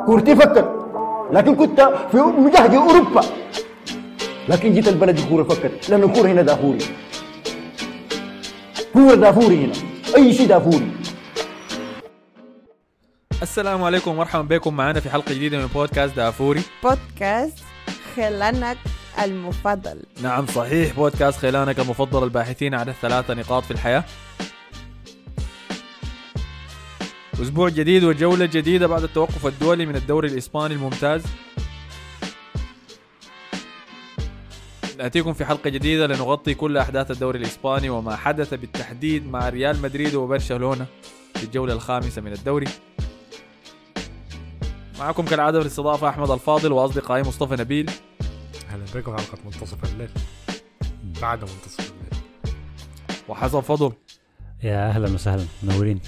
كورتي فكت، لكن كنت في مجهد أوروبا، لكن جيت البلد الكورة فكت، لأن الكورة هنا دافوري، كورة دافوري هنا، أي شيء دافوري. السلام عليكم ومرحبا بكم معنا في حلقة جديدة من بودكاست دافوري، بودكاست خلانك المفضل. نعم صحيح، بودكاست خلانك المفضل، الباحثين عن الثلاثة نقاط في الحياة. أسبوع جديد وجولة جديدة بعد التوقف الدولي من الدوري الإسباني الممتاز. نأتيكم في حلقة جديدة لنغطي كل أحداث الدوري الإسباني وما حدث بالتحديد مع ريال مدريد وبرشلونة في الجولة الخامسة من الدوري. معكم كالعادة في الاستضافة أحمد الفاضل وأصدقائي مصطفى نبيل. أهلا بكم حلقة منتصف الليل بعد منتصف الليل، وحسن فضل. يا أهلا وسهلا، منورين.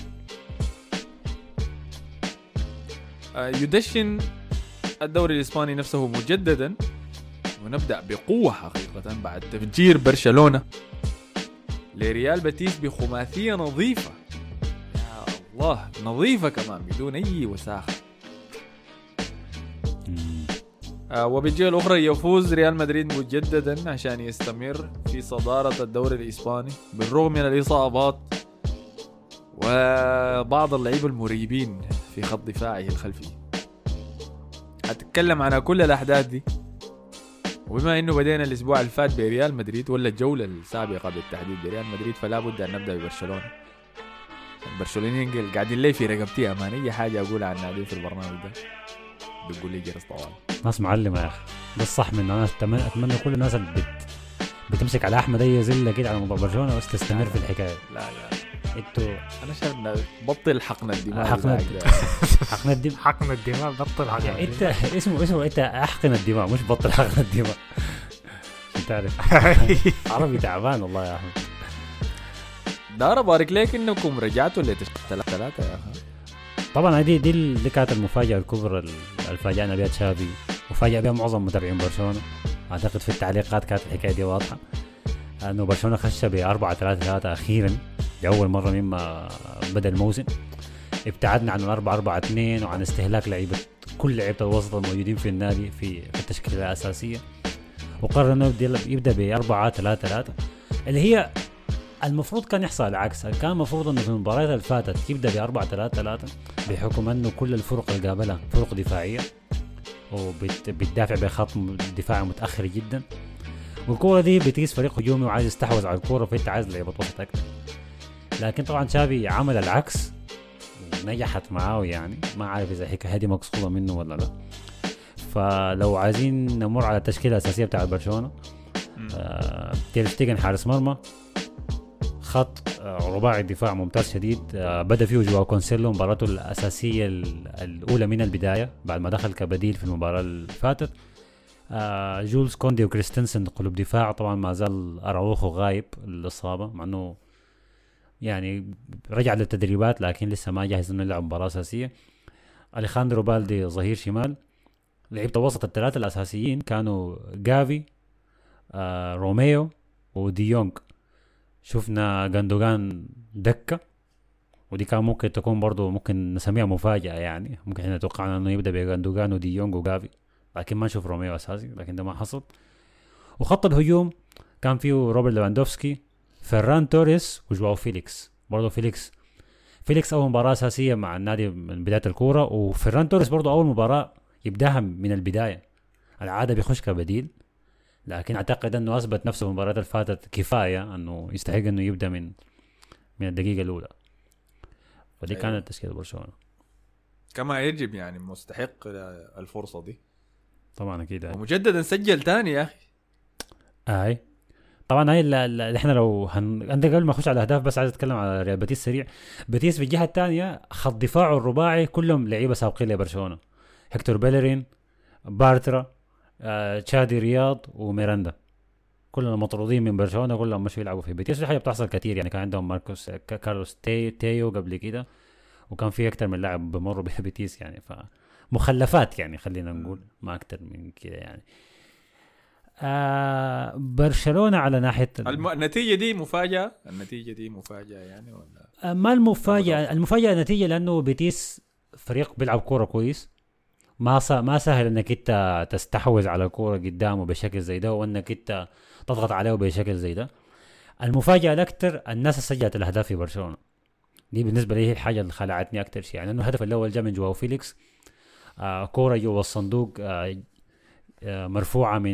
يدشن الدوري الإسباني نفسه مجددا، ونبدأ بقوة حقيقة بعد تفجير برشلونة لريال بيتيس بخماسية نظيفة، يا الله نظيفة كمان بدون أي وساخة. وبالجهة الأخرى يفوز ريال مدريد مجددا عشان يستمر في صدارة الدوري الإسباني بالرغم من الإصابات وبعض اللعيبة المريبين في خط دفاعه الخلفي. هتكلم عن كل الأحداث دي، وبما إنه بدينا الأسبوع الفات بريال مدريد ولا الجولة السابقة بالتحديد بريال مدريد، فلا بد أن نبدأ ببرشلونة. البرشلونيين قاعدين لي في رقبتي أمان، أي حاجة أقول عن نادي في البرنامج ده بيقول لي جرس طوال. ناس معلمة يا أخي، ده الصح منه. أنا أتمنى كل الناس اللي بتمسك على أحمد أي زلة كده على موضوع برشلونة بس تستمر في الحكاية. لا إنتوا أنا شايف بطل حقن الدماء. حقن الدماء بطل حقن يعني أنت اسمه أنت أحقن الدماء مش بطل حقن الدماء. أنت عارف عربي تعبان والله يا أحمد. دار بارك ليك إنكم رجعتوا لتشكيل 3-3 يا أخي. طبعا دي كانت المفاجأة الكبرى الفاجأنا بها تشافي وفاجأ بها معظم متابعين برشلونة. أعتقد في التعليقات كانت الحكاية دي واضحة، أنه برشلونة خش ب4-3-3 أخيرا لأول مرة مما بدأ الموسم. ابتعدنا عن 4-4-2 وعن استهلاك كل لعيبة الوسط الموجودين في النادي في التشكيلة الأساسية، وقرر أنه يبدأ ب4-3-3 اللي هي المفروض كان يحصل العكس. كان المفروض أنه في المباريات اللي فاتت يبدأ ب4-3-3 بحكم أنه كل الفرق اللي قابلها فرق دفاعية وبتدافع بخط دفاعي متأخر جدا، والكورة دي بتقيس فريق هجومي وعايز يستحوذ على الكورة، فانت عايز لعيبة وسط أكتر. لكن طبعا شافي عمل العكس ونجحت معاه، يعني ما عارف إذا الحكاية هذه مقصودة منه ولا لا. فلو عايزين نمر على التشكيلة الأساسية بتاع برشلونة، تير شتيجن حارس مرمى، خط رباعي دفاع ممتاز شديد. بدأ فيه جواو كونسيلو مباراته الأساسية الأولى من البداية بعد ما دخل كبديل في المباراة اللي فاتت. جولز كوندي وكريستنسن قلوب دفاع. طبعا ما زال أراوخو غايب الإصابة، مع أنه يعني رجع للتدريبات لكن لسه ما جاهز إنه يلعب مباراة أساسية. أليخاندرو بالدي ظهير شمال. لعيبة وسط الثلاثة الأساسيين كانوا جافي، روميو وديونج. شفنا غاندوغان دكة، ودي كان ممكن تكون برضو ممكن نسميها مفاجأة، يعني ممكن احنا نتوقعنا انه يبدأ بغاندوغان وديونج وغافي، لكن ما نشوف روميو اساسي، لكن ده ما حصل. وخط الهجوم كان فيه روبرت ليفاندوفسكي، فيران توريس وجواو فيليكس. برضو فيليكس اول مباراة اساسية مع النادي من بداية الكورة، وفيران توريس برضو اول مباراة يبداها من البداية. العادة بيخش كبديل، لكن اعتقد انه اثبت نفسه في المباريات اللي فاتت كفايه انه يستحق انه يبدا من الدقيقه الاولى. ودي أيوة. كانت تشكيله برشلونه كما يجب، يعني مستحق الفرصه دي طبعا اكيد. ومجددا سجل تاني يا اخي. طبعا هاي اللي احنا لو عندك قبل ما اخش على الاهداف بس عايز اتكلم على ريال بيتيس سريع. بيتيس في الجهه الثانيه خط دفاعه الرباعي كلهم لعيبه سابقين لبرشلونه، هكتور بيلرين، بارترا، تشادي رياض وميراندا، كلهم مطرودين من برشلونة، كلهم مش يلعبوا في بيتيس. حاجة بتحصل كتير، يعني كان عندهم ماركوس كارلوس تيو قبل كده، وكان في أكتر من لاعب بمروا ببيتيس، يعني فمخلفات يعني خلينا نقول ما أكتر من كده يعني. برشلونة على ناحية النتيجة دي مفاجأة يعني ولا ما المفاجأة؟ المفاجأة نتيجة لأنه بيتيس فريق بيلعب كورة كويس ما سهل انك انت تستحوذ على الكوره قدامه بشكل زي ده، وانك انت تضغط عليه بشكل زي ده. المفاجاه الاكثر الناس سجلت الاهداف في برشلونه، دي بالنسبه لي هي الحاجه اللي خلعتني اكثر شيء، يعني انه الهدف الاول جاء من جواو فيليكس، كوره جوا الصندوق، مرفوعه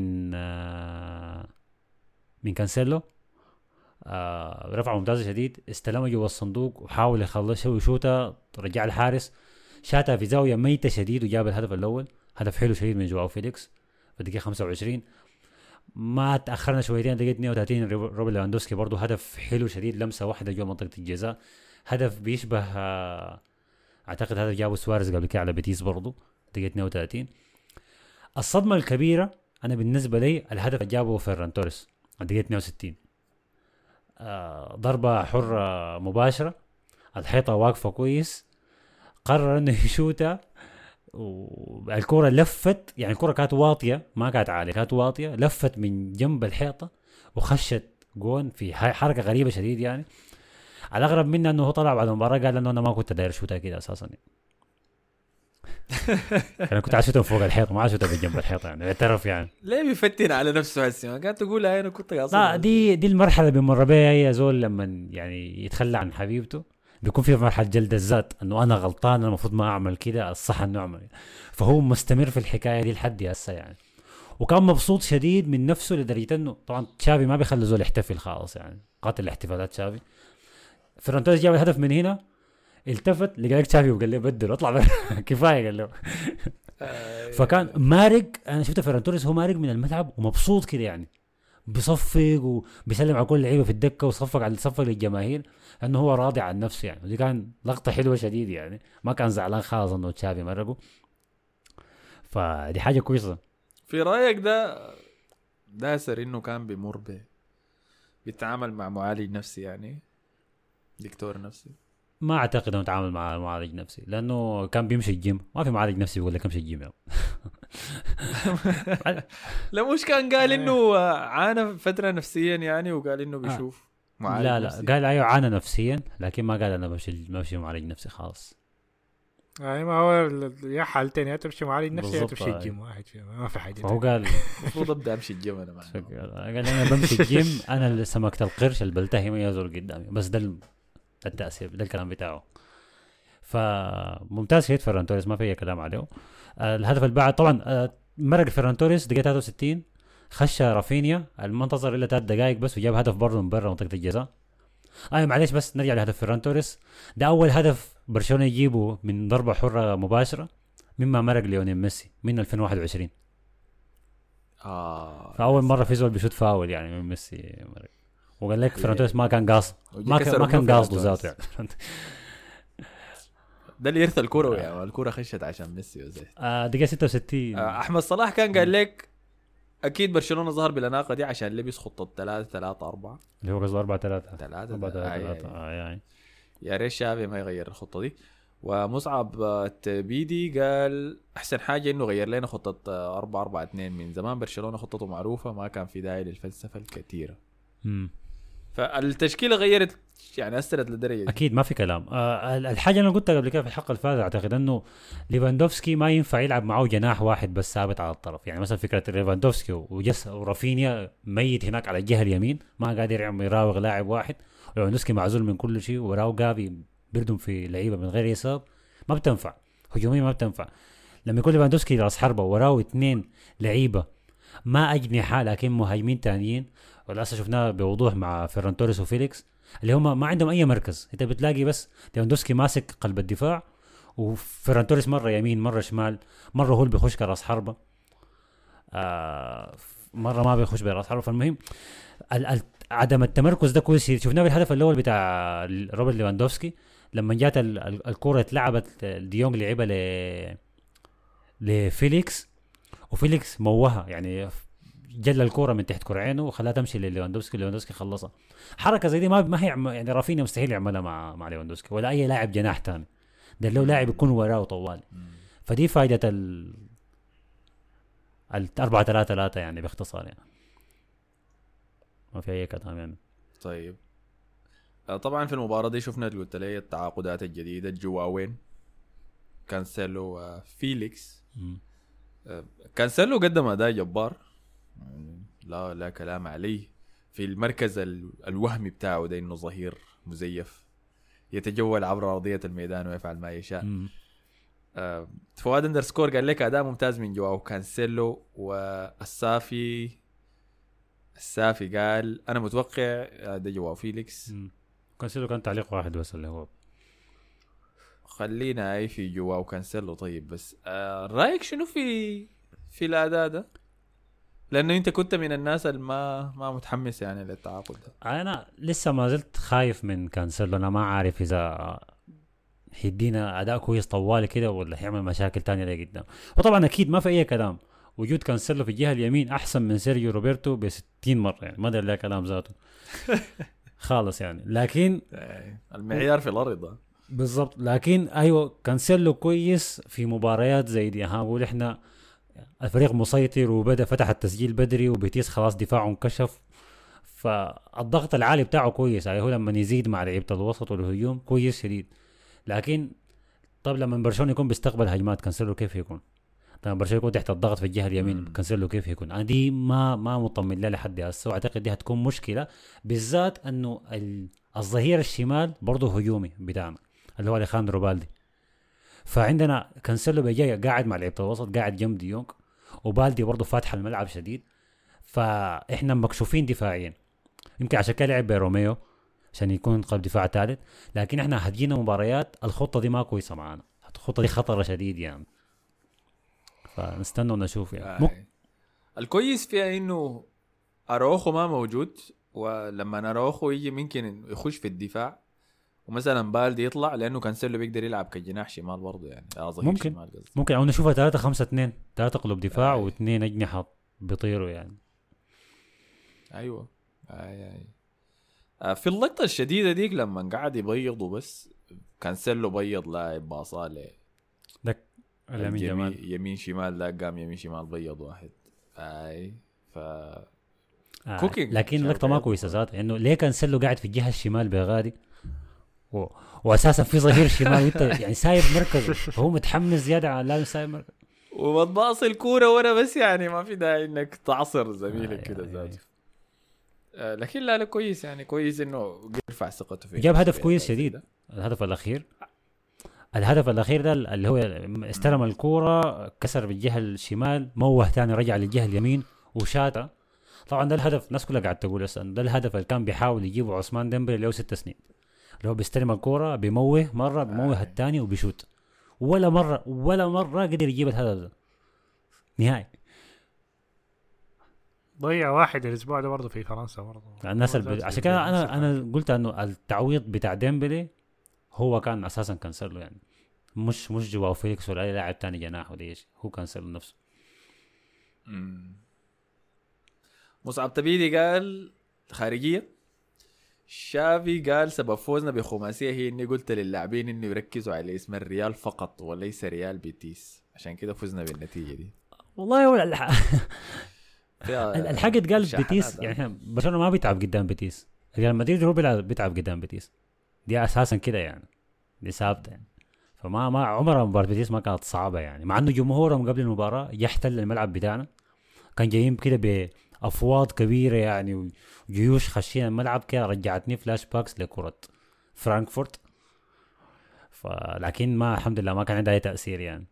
من كانسيلو، رفعه ممتازه شديد، استلمه جوا الصندوق وحاول يخلصها ويشوتها، رجع الحارس شاتها في زاويه ميته شديد وجاب الهدف الاول. هدف حلو شديد من جواو فيليكس في الدقيقه 25. ما تاخرنا شويتين، دقيقه 32 روبرت ليفاندوفسكي برضه هدف حلو شديد، لمسه واحده جوا منطقه الجزاء، هدف بيشبه اعتقد هذا جابه سواريز قبل كده على بيتيس برضه دقيقه 32. الصدمه الكبيره انا بالنسبه لي الهدف اللي جابه فيران توريس الدقيقه 62، ضربه حره مباشره، الحيطه واقفه كويس، قرر انه يشوتها والكرة لفت، يعني الكرة كانت واطية ما كانت عالية، كانت واطية، لفت من جنب الحيطة وخشت جون في حركة غريبة شديد. يعني على الأغرب منه انه هو طلع بعد المباراة قال انه انا ما كنت داير شوتها كده اساسا يعني. انا كنت عايز شوتها فوق الحيطة ما عايز شوتها بجنب الحيطة يعني، اعترف يعني. ليه بيفتن على نفسه هسه؟ ما كانت تقول انا كنت قاصد. لا دي المرحلة اللي بيمر بها هي زول لما يعني يتخلى عن حبيبته، بيكون في مرحلة جلد الذات انه انا غلطان، انا المفروض ما اعمل كده، الصح انه اعمل، فهو مستمر في الحكاية دي لحد هسه يعني. وكان مبسوط شديد من نفسه لدرجة انه طبعا تشافي ما بيخلي زول يحتفل خالص يعني، قاتل الاحتفالات تشافي. فيران توريس جاب الهدف من هنا، التفت لقى تشافي وقال له بدل اطلع كفاية قال له. فكان مارق، انا شفت فيران توريس هو مارق من الملعب ومبسوط كده يعني، بيصفق وبيسلم على كل اللعيبه في الدكه وصفق للجماهير انه هو راضي عن نفسه يعني. ودي كان لقطه حلوه شديد يعني، ما كان زعلان خالص انه تشافي مرقه، فدي حاجه كويسه. في رايك ده سر انه كان بيمر بيتعامل مع معالج نفسي يعني، دكتور نفسي؟ ما اعتقد انه يتعامل مع معالج نفسي، لانه كان بيمشي الجيم، ما في معالج نفسي بيقول لك امشي الجيم يعني. لا مش كان قال انه عانى فتره نفسيا يعني، وقال انه بيشوف معالج لا نفسي. قال ايوه عانى نفسيا، لكن ما قال انا بمشي معالج نفسي خالص. يعني ما هو يا حالتين، يا تمشي معالج نفسي يا تمشي الجيم، واحد فيهم ما في حاجه. فهو قال المفروض ابدا امشي الجيم انا معه. قال انا بمشي الجيم، انا اللي سمكت القرش اللي بلتهي ما يزور قدامي، بس ده التأثير، ده الكلام بتاعه. فممتاز في فيران توريس، ما في اي كلام عليه. الهدف اللي بعد طبعا مرق فيران توريس دقيقه 63، خش رافينيا المنتظر الا 3 دقائق بس وجاب هدف برضه من برا منطقه الجزاء. معليش بس نرجع لهدف فيران توريس، ده اول هدف برشلونه يجيبه من ضربه حره مباشره مما مرق ليونيل ميسي من 2021. فاول مره في زول بيشوت فاول يعني من ميسي مرق. وقال لك فيران توريس ما كان قاصد، ما كان قاصده ذاته يعني. ده اللي يرثى الكرة يعني، الكرة خشت عشان ميسي وزي دقيقة 66. أحمد صلاح كان قال لك أكيد برشلونة ظهر بالأناقة دي عشان لبس خطة 3-3-4 اللي هو قصده 4-3 يعني. يا ريت شافي ما يغير الخطة دي. ومصعب التبيدي قال أحسن حاجة إنه غير لنا خطة 4-4-2، من زمان برشلونة خطته معروفة ما كان في داعي للفلسفة الكثيرة. فالتشكيلة غيرت يعني، أثرت للدرجة دي. أكيد ما في كلام. الحاجة أنا قلتها قبل كده في الحلقة الفاتحة، أعتقد أنه ليفاندوفسكي ما ينفع يلعب معه جناح واحد بس ثابت على الطرف. يعني مثلا فكرة ليفاندوفسكي ورافينيا ميت هناك على الجهة اليمين، ما قادر يراوغ لاعب واحد، وليفاندوفسكي معزول من كل شيء، وراو جافي بيردم في لعيبة من غير يسار، ما بتنفع هجوميا، ما بتنفع. لما يكون ليفاندوفسكي راس حربة وراو 2 لعيبة ما أجنحة لكن مهاجمين تانيين، وللأسف شفناه بوضوح مع فيران توريس وفيليكس اللي هم ما عندهم أي مركز. أنت بتلاقي بس ليفاندوفسكي ماسك قلب الدفاع، وفيران توريس مرة يمين مرة شمال، مرة هو اللي بيخش كراس حربة، مرة ما بيخش براس حربة. فالمهم عدم التمركز ده كويس شفناه بالهدف الأول بتاع روبرت ليفاندوفسكي لما جات الكرة اتلعبت ديونج لعبة لفيليكس، وفيليكس موها يعني جل الكرة من تحت كرعينه وخلاها تمشي لليفاندوفسكي خلصها. حركة زي دي ما هي يعني رافينيا مستحيل يعملها مع ليفاندوفسكي ولا أي لاعب جناح تاني، ده لو لاعب يكون وراه طوال. فدي فائدة 4-3-3 يعني باختصار يعني، ما في أي كلام يعني. طيب طبعا في المباراة دي شفنا قلت لي التعاقدات الجديدة، جواوين كانسيلو وفيليكس. كانسيلو قدم أداء جبار، لا كلام عليه في المركز الوهمي بتاعه ده، إنه ظهير مزيف يتجول عبر أرضية الميدان ويفعل ما يشاء. فؤاد اندرسكور قال لك أداء ممتاز من جواو كانسيلو. والسافي قال أنا متوقع ده جواو فيليكس. كانسيلو كان تعليق واحد بس اللي هو خلينا أي في جواو كانسيلو. طيب بس رأيك شنو في الأداء ده؟ لأنه أنت كنت من الناس اللي ما متحمس يعني للتعاقد ده. أنا لسه ما زلت خايف من كانسيلو. أنا ما عارف إذا هيدينا أداء كويس طوالي كده ولا هيعمل مشاكل تانية ليه قدام. وطبعا أكيد ما في أي كلام وجود كانسيلو في الجهة اليمين أحسن من سيرجيو روبرتو ب60 مرة يعني، ما دل له كلام ذاته خالص يعني. لكن المعيار في الأرض ده بالضبط. لكن أيوة كانسيلو كويس في مباريات زي دي. هقول إحنا الفريق مسيطر وبدأ فتح التسجيل بدري وبيتيس خلاص دفاعه انكشف، فالضغط العالي بتاعه كويس. هو لما يزيد مع لعيبة الوسط والهجوم كويس شديد. لكن طب لما برشلونة يكون بيستقبل هجمات كانسيلو كيف يكون؟ لما برشلونة يكون تحت الضغط في الجهة اليمين كانسيلو كيف يكون؟ أنا دي ما مطمن لها لحد هسه، وأعتقد دي هتكون مشكلة، بالذات أنه الظهير الشمال برضه هجومي بتاعنا اللي هو أليخاندرو بالدي. فعندنا كانسيلو بيجي قاعد مع لعيبة الوسط، قاعد جنب ديونج، وبالدي برضه فاتح الملعب شديد، فإحنا مكشوفين دفاعيا. يمكن عشان كده لعب بروميو عشان يكون قلب دفاع ثالث. لكن إحنا هتجينا مباريات الخطة دي ما كويسة معانا، الخطة دي خطرة شديد يعني، فنستنى ونشوف يعني. الكويس فيها إنه أروخو ما موجود، ولما أروخو يجي ممكن يخش في الدفاع ومثلا بالدي يطلع، لانه كانسيلو بيقدر يلعب كجناح شمال برضه يعني. ممكن او نشوفها 3-5-2، 3 قلوب دفاع واثنين اجنحه بيطيروا يعني. ايوه في اللقطه الشديده ديك لما قاعد يبيضوا بس كانسيلو بيض لاعب باصاله لك يمين شمال، لا قام يمين شمال بيض واحد. كوكينج. لكن اللقطه ما كويسه ذات انه ليه كانسيلو قاعد في الجهه الشمال بغادي واساسا في ظهير شمال وانت يعني سايب مركزه، هو متحمس زياده على لازم سايب مركزه وما تباصي الكوره وانا بس يعني ما في داعي انك تعصر زميلك كده ذاته. لكن لا كويس يعني، كويس انه يرفع ثقته فيه. جاب هدف كويس شديد. الهدف الاخير ده اللي هو استلم الكوره كسر بالجهه الشمال، موه ثاني رجع للجهه اليمين وشاته. طبعا ده الهدف الناس كلها قاعد تقول اصلا ده الهدف اللي كان بيحاول يجيبه عثمان ديمبلي له 6 سنين، اللي هو بيستلم الكوره بيموه مره بيموه الثاني وبيشوت. ولا مره قدر يجيب الهدف ده نهائي. ضيع واحد الاسبوع ده برضه في فرنسا برضه الناس عشان كده انا قلت انه التعويض بتاع ديمبلي هو كان اساسا كانسيلو يعني، مش جواو فيليكس ولا اي لاعب ثاني جناح ولا ايش، هو كانسيلو نفسه. مصعب تبيدي قال خارجيه. شافي قال سبب فوزنا بخماسيه هي اني قلت للاعبين انه يركزوا على اسم الريال فقط وليس ريال بيتيس، عشان كده فزنا بالنتيجه دي. والله هو الحاجة قال بيتيس يعني برشلونة ما بيتعب قدام بيتيس، ريال مدريد هو بيتعب قدام بيتيس، دي اساسا كده يعني، دي ثابته يعني. فما عمرها مباراة بيتيس ما كانت صعبة يعني، مع انه جمهورهم قبل المباراة يحتل الملعب بتاعنا، كان جايين كده بأفواض كبيرة يعني وجيوش خشين الملعب كده. رجعتني فلاش باكس لكرة فرانكفورت، لكن ما الحمد لله ما كان عندها أي تأثير يعني.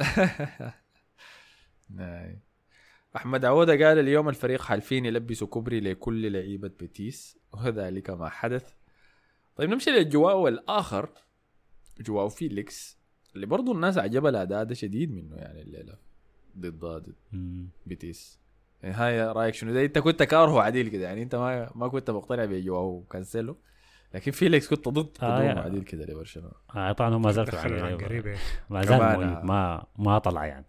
أحمد عودة قال اليوم الفريق حالفين يلبسوا كوبري لكل لعيبة بيتيس وذلك ما حدث. طيب نمشي للجواو الآخر، جواو فيليكس اللي برضو الناس عجبها الأداء ده شديد منه يعني الليلة ضد بيتيس. يعني هاي رأيك شنو؟ زي انت كنت كارهه عديل كده يعني، انت ما كنت مقتنع بجواو كانسيلو، لكن فيليكس كنت ضد قدومه عديل كده لبرشلونة. طبعا هم ما زالوا ما زال ما طلع يعني.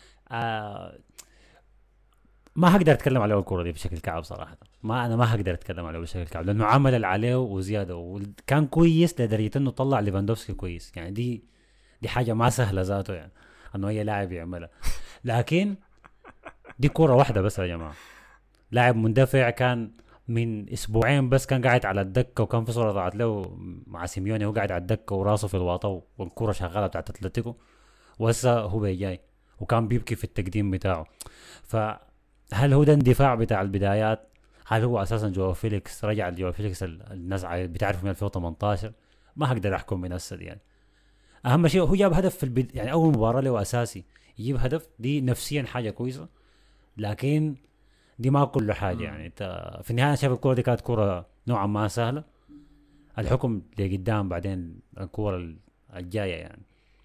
ما هقدر اتكلم عليه الكرة دي بشكل كعب صراحة، انا ما هقدر اتكلم عليه بشكل كعب لانه عمل اللي عليه وزياده، وكان كويس لدرجة انه طلع ليفاندوفسكي كويس يعني. دي حاجة ما سهلة ذاته يعني انه اي لاعب يعملها، لكن دي كرة واحدة بس يا جماعة. لاعب مندفع كان من اسبوعين بس كان قاعد على الدكة، وكان في صورة طلعت له مع سيميوني وقاعد على الدكة وراسه في الواطة والكرة شغالة بتاعت اتلتيكو، وهسه هو جاي وكان بيبكي في التقديم بتاعه. فهل هو ده اندفاع بتاع البدايات؟ هل هو اساسا جواو فيليكس رجع لجواو فيليكس الناس بتعرفه من 2018؟ ما هقدر احكم من هسه يعني. اهم شيء هو جاب هدف في يعني اول مباراه له اساسي يجيب هدف، دي نفسيا حاجه كويسه، لكن دي ما كل حاجه يعني. انت في النهايه شايف الكوره دي كانت كوره نوعا ما سهله، الحكم لقدام بعدين الكوره الجايه يعني.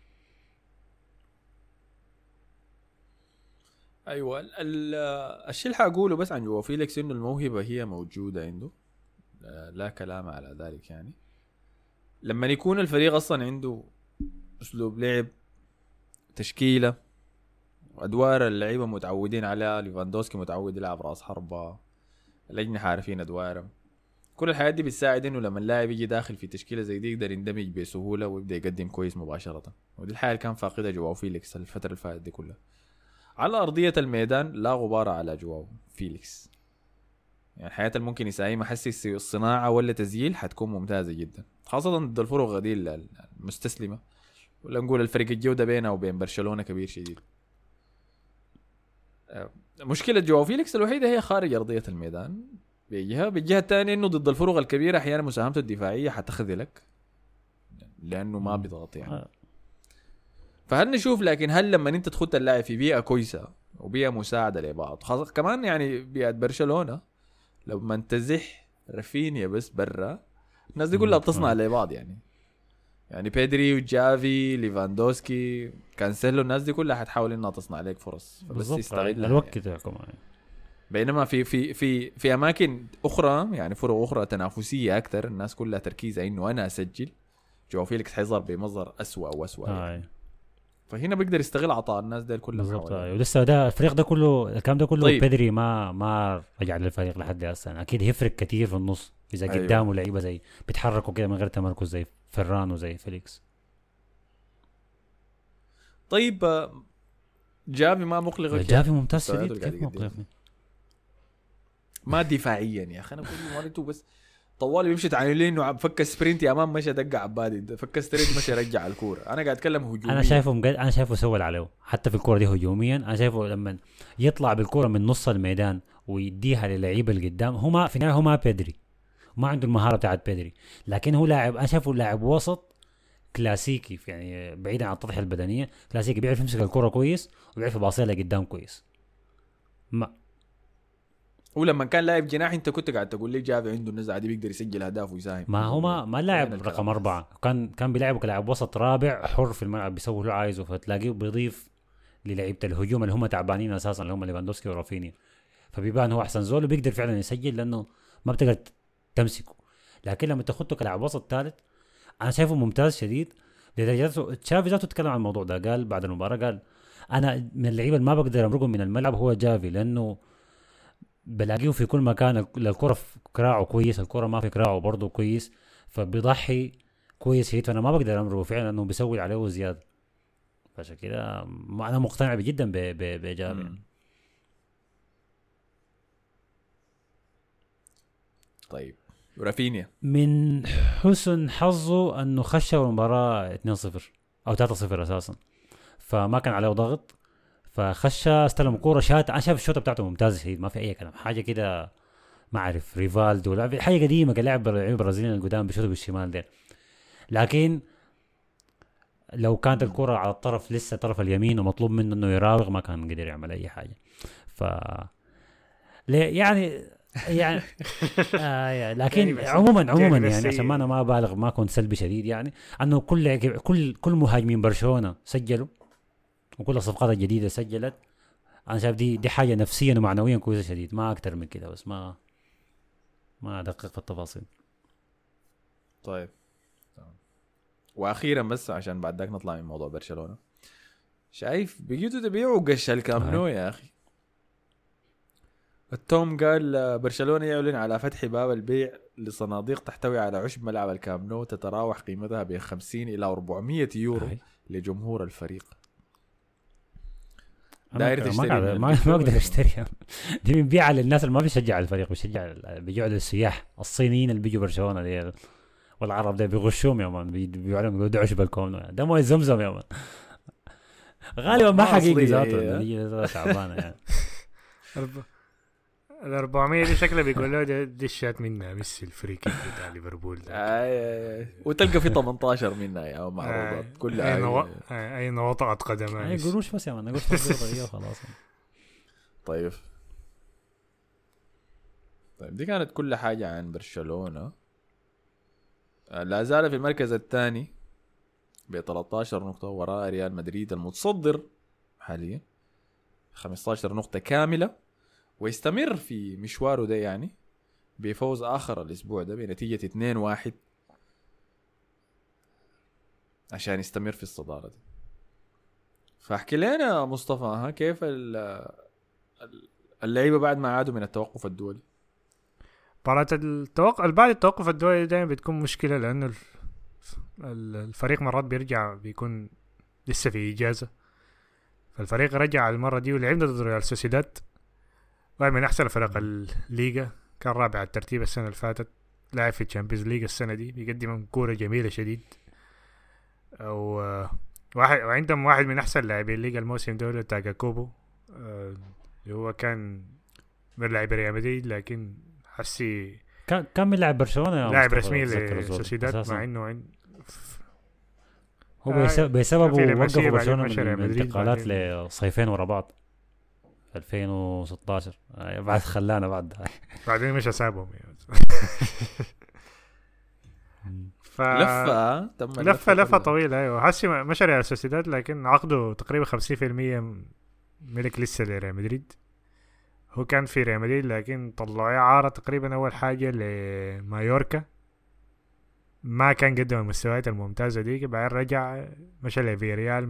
ايوه الشيء اللي حقوله بس عن جواو فيليكس انه الموهبه هي موجوده عنده، لا كلام على ذلك يعني. لما يكون الفريق اصلا عنده اسلوب لعب، تشكيله، وادوار اللعيبه متعودين عليها، ليفاندوسكي متعود يلعب راس حربه، الاجنحه عارفين ادوارهم، كل الحاجات دي بتساعد انه لما اللاعب يجي داخل في تشكيله زي دي يقدر يندمج بسهوله ويبدا يقدم كويس مباشره. ودي الحاجه اللي كان فاقدها جواو فيليكس الفتره اللي فاتت دي كلها. على ارضيه الميدان لا غبار على جواو فيليكس، يعني الحياة اللي ممكن يساهم احسس الصناعه ولا تسجيل حتكون ممتازه جدا، خاصه ضد الفرق دي المستسلمه، ولا نقول الفرق الجوده بينه وبين برشلونه كبير شديد. مشكله جواو فيليكس الوحيده هي خارج ارضيه الميدان. بالجهه الثانيه انه ضد الفرق الكبيره احيانا مساهمته الدفاعيه حتخذلك لانه ما بيضغط يعني. فهل نشوف، لكن هل لما انت تخط اللاعب في بيئه كويسه وبيئه مساعده لبعض، خاصه كمان يعني بيئه برشلونه لما تزح رافينيا بس برا، الناس دي كلها بتصنع لبعض يعني بيدري وجافي ليفاندوسكي كانسيلو، الناس دي كلها حتحاول انها تصنع عليك فرص، بس يستغل الوقت تاعكم يعني. بينما في اماكن اخرى يعني فرق اخرى تنافسيه اكثر الناس كلها تركيزها انه انا اسجل، جواو فيليكس حيظهر بمظهر اسوأ واسوأ يعني. فهنا بيقدر يستغل عطاء الناس ده كلها بالضبط. ولسه ده الفريق ده كله الكلام ده كله طيب. بيدري ما رجع للفريق لحد هسه، اكيد هيفرق كتير في النص اذا أيوة. قدامه لعيبه زي بيتحركوا كده من غير تمركز زي فران وزي فيليكس. طيب جافي ما مقلق؟ جافي ممتاز شديد، كيف مقلق؟ ما دفاعيا يا اخي انا كل مره بس طوالي بيمشي تعالوا لي انه فك سبرينت يا امام مشى دق عبادي، فك سبرينت مشى رجع الكوره. انا قاعد اتكلم هجوميا، انا شايفه سوى اللي عليه حتى في الكوره دي هجوميا. انا شايفه لما يطلع بالكوره من نص الميدان ويديها للعيبه اللي قدام، هو ما في النهايه هو ما بيدري، ما عنده المهاره بتاعت بيدري، لكن هو لاعب، انا شايفه لاعب وسط كلاسيكي يعني بعيدا عن التضحيه البدنيه، كلاسيكي بيعرف يمسك الكوره كويس وبيعرف يباصيها لقدام كويس. ما ولما كان لاعب جناح انت كنت قاعد تقول لي جافي عنده النزعه دي بيقدر يسجل اهداف ويساهم. ما هو ما لاعب رقم 4، كان بيلعبه كلاعب وسط رابع حر في الملعب بيسوي اللي عايزه، فتلاقيه بيضيف للعيبه الهجوم اللي هم تعبانين اساسا اللي هم ليفاندوسكي ورافينيا، فبيبان هو احسن زول وبيقدر فعلا يسجل لانه ما بتقدر تمسكه. لكن لما تاخده كلاعب وسط ثالث انا شايفه ممتاز شديد لدرجه تشافي ذاته تكلم عن الموضوع ده، قال بعد المباراه قال انا من اللعيبه اللي ما بقدر امرقهم من الملعب هو جافي، لانه بلاقيه في كل مكان، الكرة في كراعه كويس، الكرة ما في كراعه برضه كويس، فبيضحي كويس هيت، فانا ما بقدر امره فعلا انه بيسوي عليه زياده. فعشان كده انا مقتنع جدا بجافي. طيب رافينيا من حسن حظه انه خش المباراه 2-0 او 3-0 اساسا، فما كان عليه ضغط، فخش استلم كوره شات. انا شايف الشوطه بتاعته ممتازه شديد، ما في اي كلام، حاجه كده ما اعرف ريفالدو ولا حاجه قديمه، كان لاعب البرازيليين القدام بيشوطوا بالشمال ده. لكن لو كانت الكرة على الطرف لسه طرف اليمين ومطلوب منه انه يراوغ ما كان قدر يعمل اي حاجه. ف يعني لكن عموما يعني عشان ما انا ما بالغ ما كنت سلبي شديد يعني، انه كل مهاجمين برشلونه سجلوا وكل الصفقات الجديده سجلت. انا شايف دي حاجه نفسيا ومعنويا كويسه شديد، ما اكتر من كده، بس ما ادقق في التفاصيل. طيب واخيرا بس عشان بعد ذاك نطلع من موضوع برشلونه، شايف بيجوا تبيعوا قش الكامب نو يا اخي. التوم قال برشلونه يعلن على فتح باب البيع لصناديق تحتوي على عشب ملعب الكامب نو تتراوح قيمتها بين 50 الى 400 يورو لجمهور الفريق. داير تشتري؟ ما اقدر اشتريها. دي بنبيعها للناس اللي ما بيشجع الفريق، بيجوا للسياح الصينيين اللي بيجوا برشلونه دي، والعرب ده بيغشوهم يا مان، بيقعدوا عشب الكامب نو، ده مو زمزم يا مان. غالبا ما حقيقي أصلية ذاته هي. النتيجة ذاتها تعبانة يعني. ال 400 دي شكله بيقول له دي الشات منها ميسي الفري كيك بتاع ليفربول ده. وتلقى في 18 منها يا معروضات كلها. اي وطأت قدمها يعني قروش بس يا مان، قروش تطبيقية وخلاص. طيب دي كانت كل حاجة عن برشلونة. لا زال في المركز الثاني ب 13 نقطة وراء ريال مدريد المتصدر حاليا 15 نقطة كاملة، ويستمر في مشواره ده يعني بفوز آخر الأسبوع ده بنتيجة 2-1 عشان يستمر في الصدارة دي. فاحكي لنا مصطفى ها كيف اللعيبة بعد ما عادوا من التوقف الدولي. مباراة بعد التوقف الدولي دائما بتكون مشكلة، لأنه الفريق مرات بيرجع بيكون لسه في إجازة، فالفريق رجع المرة دي ولعبنا ضد ريال سوسيداد، واحد من أحسن فرق الليغا، كان رابع على الترتيب السنة اللي فاتت، لاعب في الشامبيونز ليج السنة دي، بيقدم كورة جميلة شديد، وعندهم واحد من أحسن لاعبين الليغا الموسم ده تاكا كوبو، اللي هو كان من لاعب ريال مدريد لكن حسي كان من لاعب برشلونة، لاعب رسمي لسوسيداد، مع انه هو بسببه وقفوا برشلونة من الانتقالات لصيفين ورا بعض 2016 بعد خلانا بعدين مش حسابهم لفة طويلة. ايوه حسي مشى ريال سوسيداد، لكن عقده تقريبا 50% ملك لسه لريال مدريد. هو كان في ريال مدريد لكن طلعوه عارة تقريبا أول حاجة لمايوركا، ما كان قدم المستويات الممتازة دي، بعدين رجع مشى لفيريال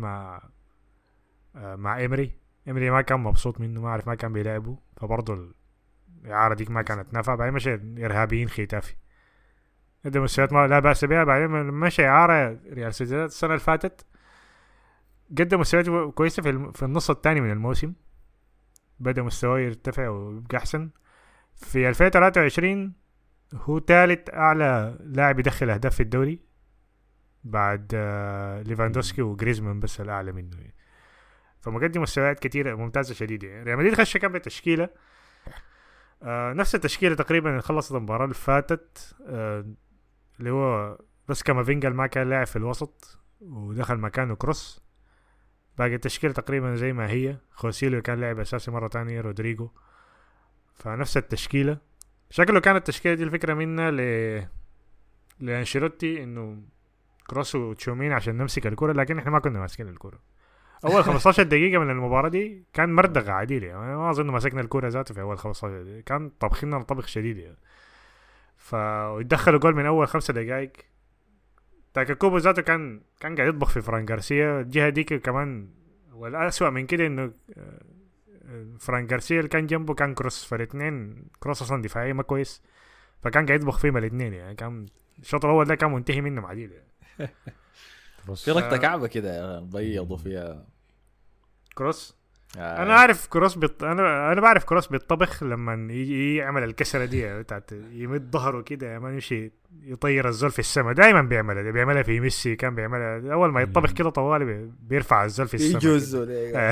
مع إمري ما كان مبسوط منه، ما عارف ما كان بيلعبه، فبرضه الإعارة دي ما كانت نافعة. بعدين مشى إرهابيين ختافي، قدم مستويات ما لا بأس بها. بعدين مشى إعارة ريال سوسيداد السنة اللي فاتت، قدم مستويات كويسة في النص الثاني من الموسم، بدأ مستواه يرتفع ويبقى أحسن. في 2023 هو ثالث أعلى لاعب يدخل أهداف في الدوري بعد ليفاندوسكي وغريزمان بس الأعلى منه، فمقدم مستويات كتيرة ممتازة شديدة. ريال مدريد خش كان بالتشكيلة نفس التشكيلة تقريبا اللي خلصت المباراة اللي فاتت، اللي هو بس كامافينجا ما كان لاعب في الوسط ودخل مكانه كروس. باقي التشكيلة تقريبا زي ما هي، خوسيلو كان لاعب أساسي مرة تانية، رودريجو، فنفس التشكيلة. شكله كانت التشكيلة دي الفكرة منا لأنشيلوتي إنه كروس وتشومين عشان نمسك الكرة، لكن إحنا ما كنا ماسكين الكرة. أول 15 دقيقة من المباراة دي كان مردغة عديلة، يعني ما أظن مسكنا الكرة ذاته في أول 15 دقيقة، كان طبخنا طبخ شديد يعني. فيدخلوا جول من أول 5 دقائق. تاكا كوبو ذاته كان قاعد يطبخ في فران غارسيا الجهة ديك كمان، والأسوأ من كده إنه فران غارسيا اللي كان جنبه كان كروس، فالاثنين كروس أصلا دفاعي ما كويس، فكان قاعد يطبخ فيهم الاثنين يعني. كان الشوط الأول ده كان منتهي منه معديل يعني. في ركضة كعبة كده بيضوا فيها كروس. انا عارف كروس انا بعرف كروس بالطبخ لما يجي يعمل الكسره دي بتاعت يمد ظهره كده ما يمشي يطير الزول في السماء، دايما بيعملها في ميسي، كان بيعملها اول ما يطبخ كده طوالي بيرفع الزول في السماء يجوز.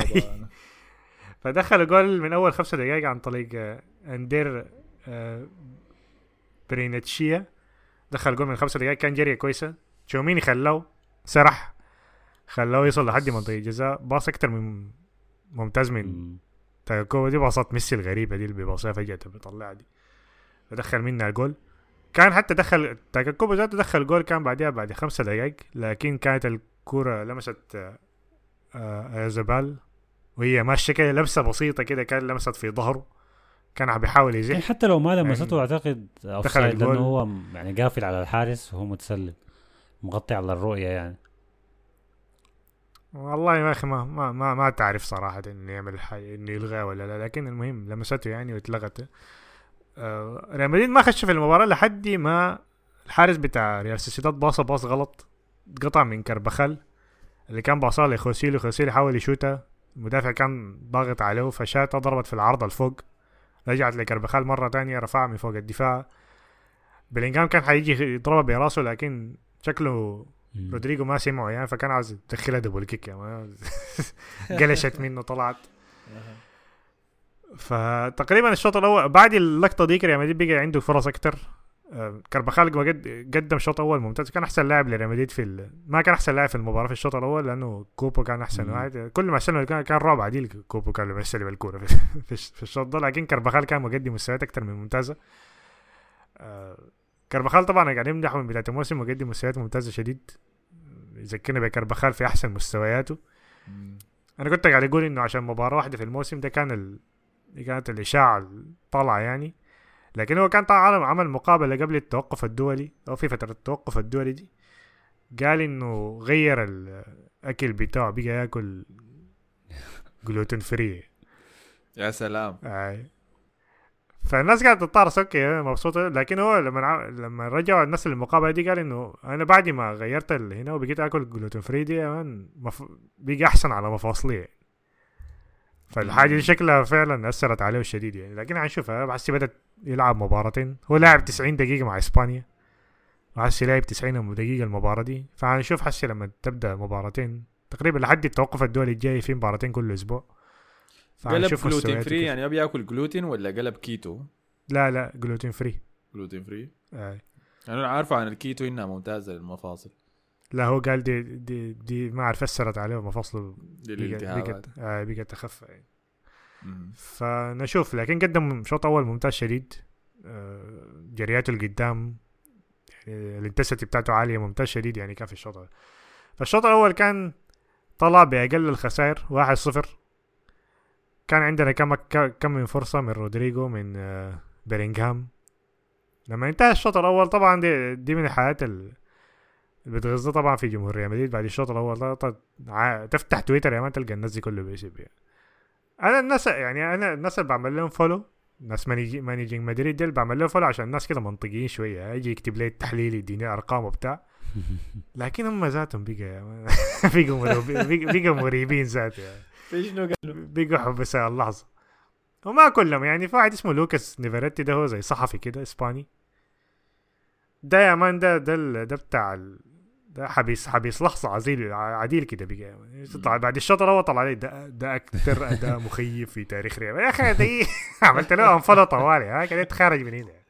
فدخل جول من اول 5 دقائق عن طريق اندير برينتشيا، دخل جول من 5 دقائق، كان جريه كويسه. تشوميني خلاه سرح، خلاه يوصل لحد منطقه الجزاء، باص اكتر من ممتاز من تاكو دي، باصات ميسي الغريبه دي اللي بيباصيها فجاه بيطلعها دي، فدخل منها الجول. كان حتى دخل تاكو ذاته دخل جول كان بعدها بعد 5 دقائق، لكن كانت الكرة لمست زبال وهي ماشيه كده لمسه بسيطه كده، كان لمست في ظهره، كان بيحاول يزح يعني حتى لو ما لمسته اعتقد اوفسايد، لانه هو يعني قافل على الحارس وهو متسلل مغطي على الرؤيه يعني. والله يا اخي ما تعرف صراحه انه يعمل حاجه انه يلغى ولا لا، لكن المهم لمسته يعني واتلغت. ريال مدريد ما خش في المباراه لحد ما الحارس بتاع ريال سوسيداد باص غلط، قطع من كربخال اللي كان باصها لخوسيلو، خوسيلو حاول يشوتها، المدافع كان ضاغط عليه فشاتها ضربت في العارضه الفوق، رجعت لكربخال مره تانية رفعها من فوق الدفاع. بلينغهام كان حيجي يضربها براسه، لكن شكله رودريجو ما سمعه يعني، فكان عاوز يدخلها دبل كيك يعني قلشت منه طلعت. فتقريبا الشوط الاول بعد اللقطه دي ريال مدريد بقى عنده فرص اكتر. كارفاخال قدم شوط اول ممتاز، كان احسن لاعب لريال مدريد ما كان احسن لاعب في المباراه في الشوط الاول، لانه كوبو كان احسن واحد. كل ما استلم كان رابع عديل كوبو كان لما يستلم الكوره في الشوط ده، لكن كارفاخال كان مقدم مستويات اكتر من ممتازه. كارفاخال طبعا قاعدين يمدحوا من بدايه الموسم، مقدم مستويات ممتازه شديد، يذكرني بكارفاخال في احسن مستوياته. انا كنت قاعد اقول انه عشان مباراه واحده في الموسم ده كانت الاشاعه طالعه يعني، لكن هو كان طبعا عمل مقابله قبل التوقف الدولي او في فتره التوقف الدولي دي، قال انه غير الاكل بتاعه، بقى ياكل جلوتين فري. يا سلام. فالناس قاعده تطارس اوكي مبسوطه، لكن هو لما رجعوا الناس المقابله دي قال انه انا بعد ما غيرت هنا وبقيت اكل جلوتين فري دي بقى احسن على مفاصلي. فالحاجه دي شكلها فعلا اثرت عليه الشديد يعني، لكن هنشوفها. بحس بدأ يلعب مباراتين، هو لاعب 90 دقيقه مع اسبانيا، وحسي لعب 90 دقيقه المباراه دي، فهنشوف حسي لما تبدا مباراتين تقريبا لحد التوقف الدولي الجاي في مباراتين كل اسبوع. قلب جلوتين فري يعني ما بياكل جلوتين ولا قلب كيتو؟ لا جلوتين فري. جلوتين فري. انا عارفه عن الكيتو انها ممتازه للمفاصل. لا هو قال دي ما عارف اثرت عليه مفاصله بقت تخفى يعني. فنشوف، لكن قدم شوط اول ممتاز شديد. جرياته القدام يعني الانتسيتي بتاعته عاليه، ممتاز شديد يعني. كان في الشوط فالشوط الاول كان طلع باقل الخسائر 1-0. كان عندنا كم من فرصه من رودريجو، من بيلينغهام. لما انتهى الشوط الاول طبعا دي من الحالات اللي بتغزى طبعا في جمهور ريال مدريد. بعد الشوط الاول تفتح تويتر يا ما تلقى الناس دي كله بيسيب يعني. انا الناس اللي بعمل لهم فولو، ناس مانجينج مدريد ديل بعمل لهم فولو عشان الناس كده منطقيين شويه، يجي يكتب لي التحليل يديني ارقام وبتاع، لكن هم ذاتهم بقوا مريبين ذاته يعني. بقوا حبساء اللحظه. وما كلهم يعني، في واحد اسمه لوكاس نيفريتي ده هو زي صحفي كده اسباني، ده يا مان ده بتاع ده حبيس لحظه عديل كده بقى يعني. طلع بعد الشوط الاول طلع لي ده اكتر اداء مخيف في تاريخ ريال يا اخي. دي عملت له انفولو طوالي كده تخرج من هنا.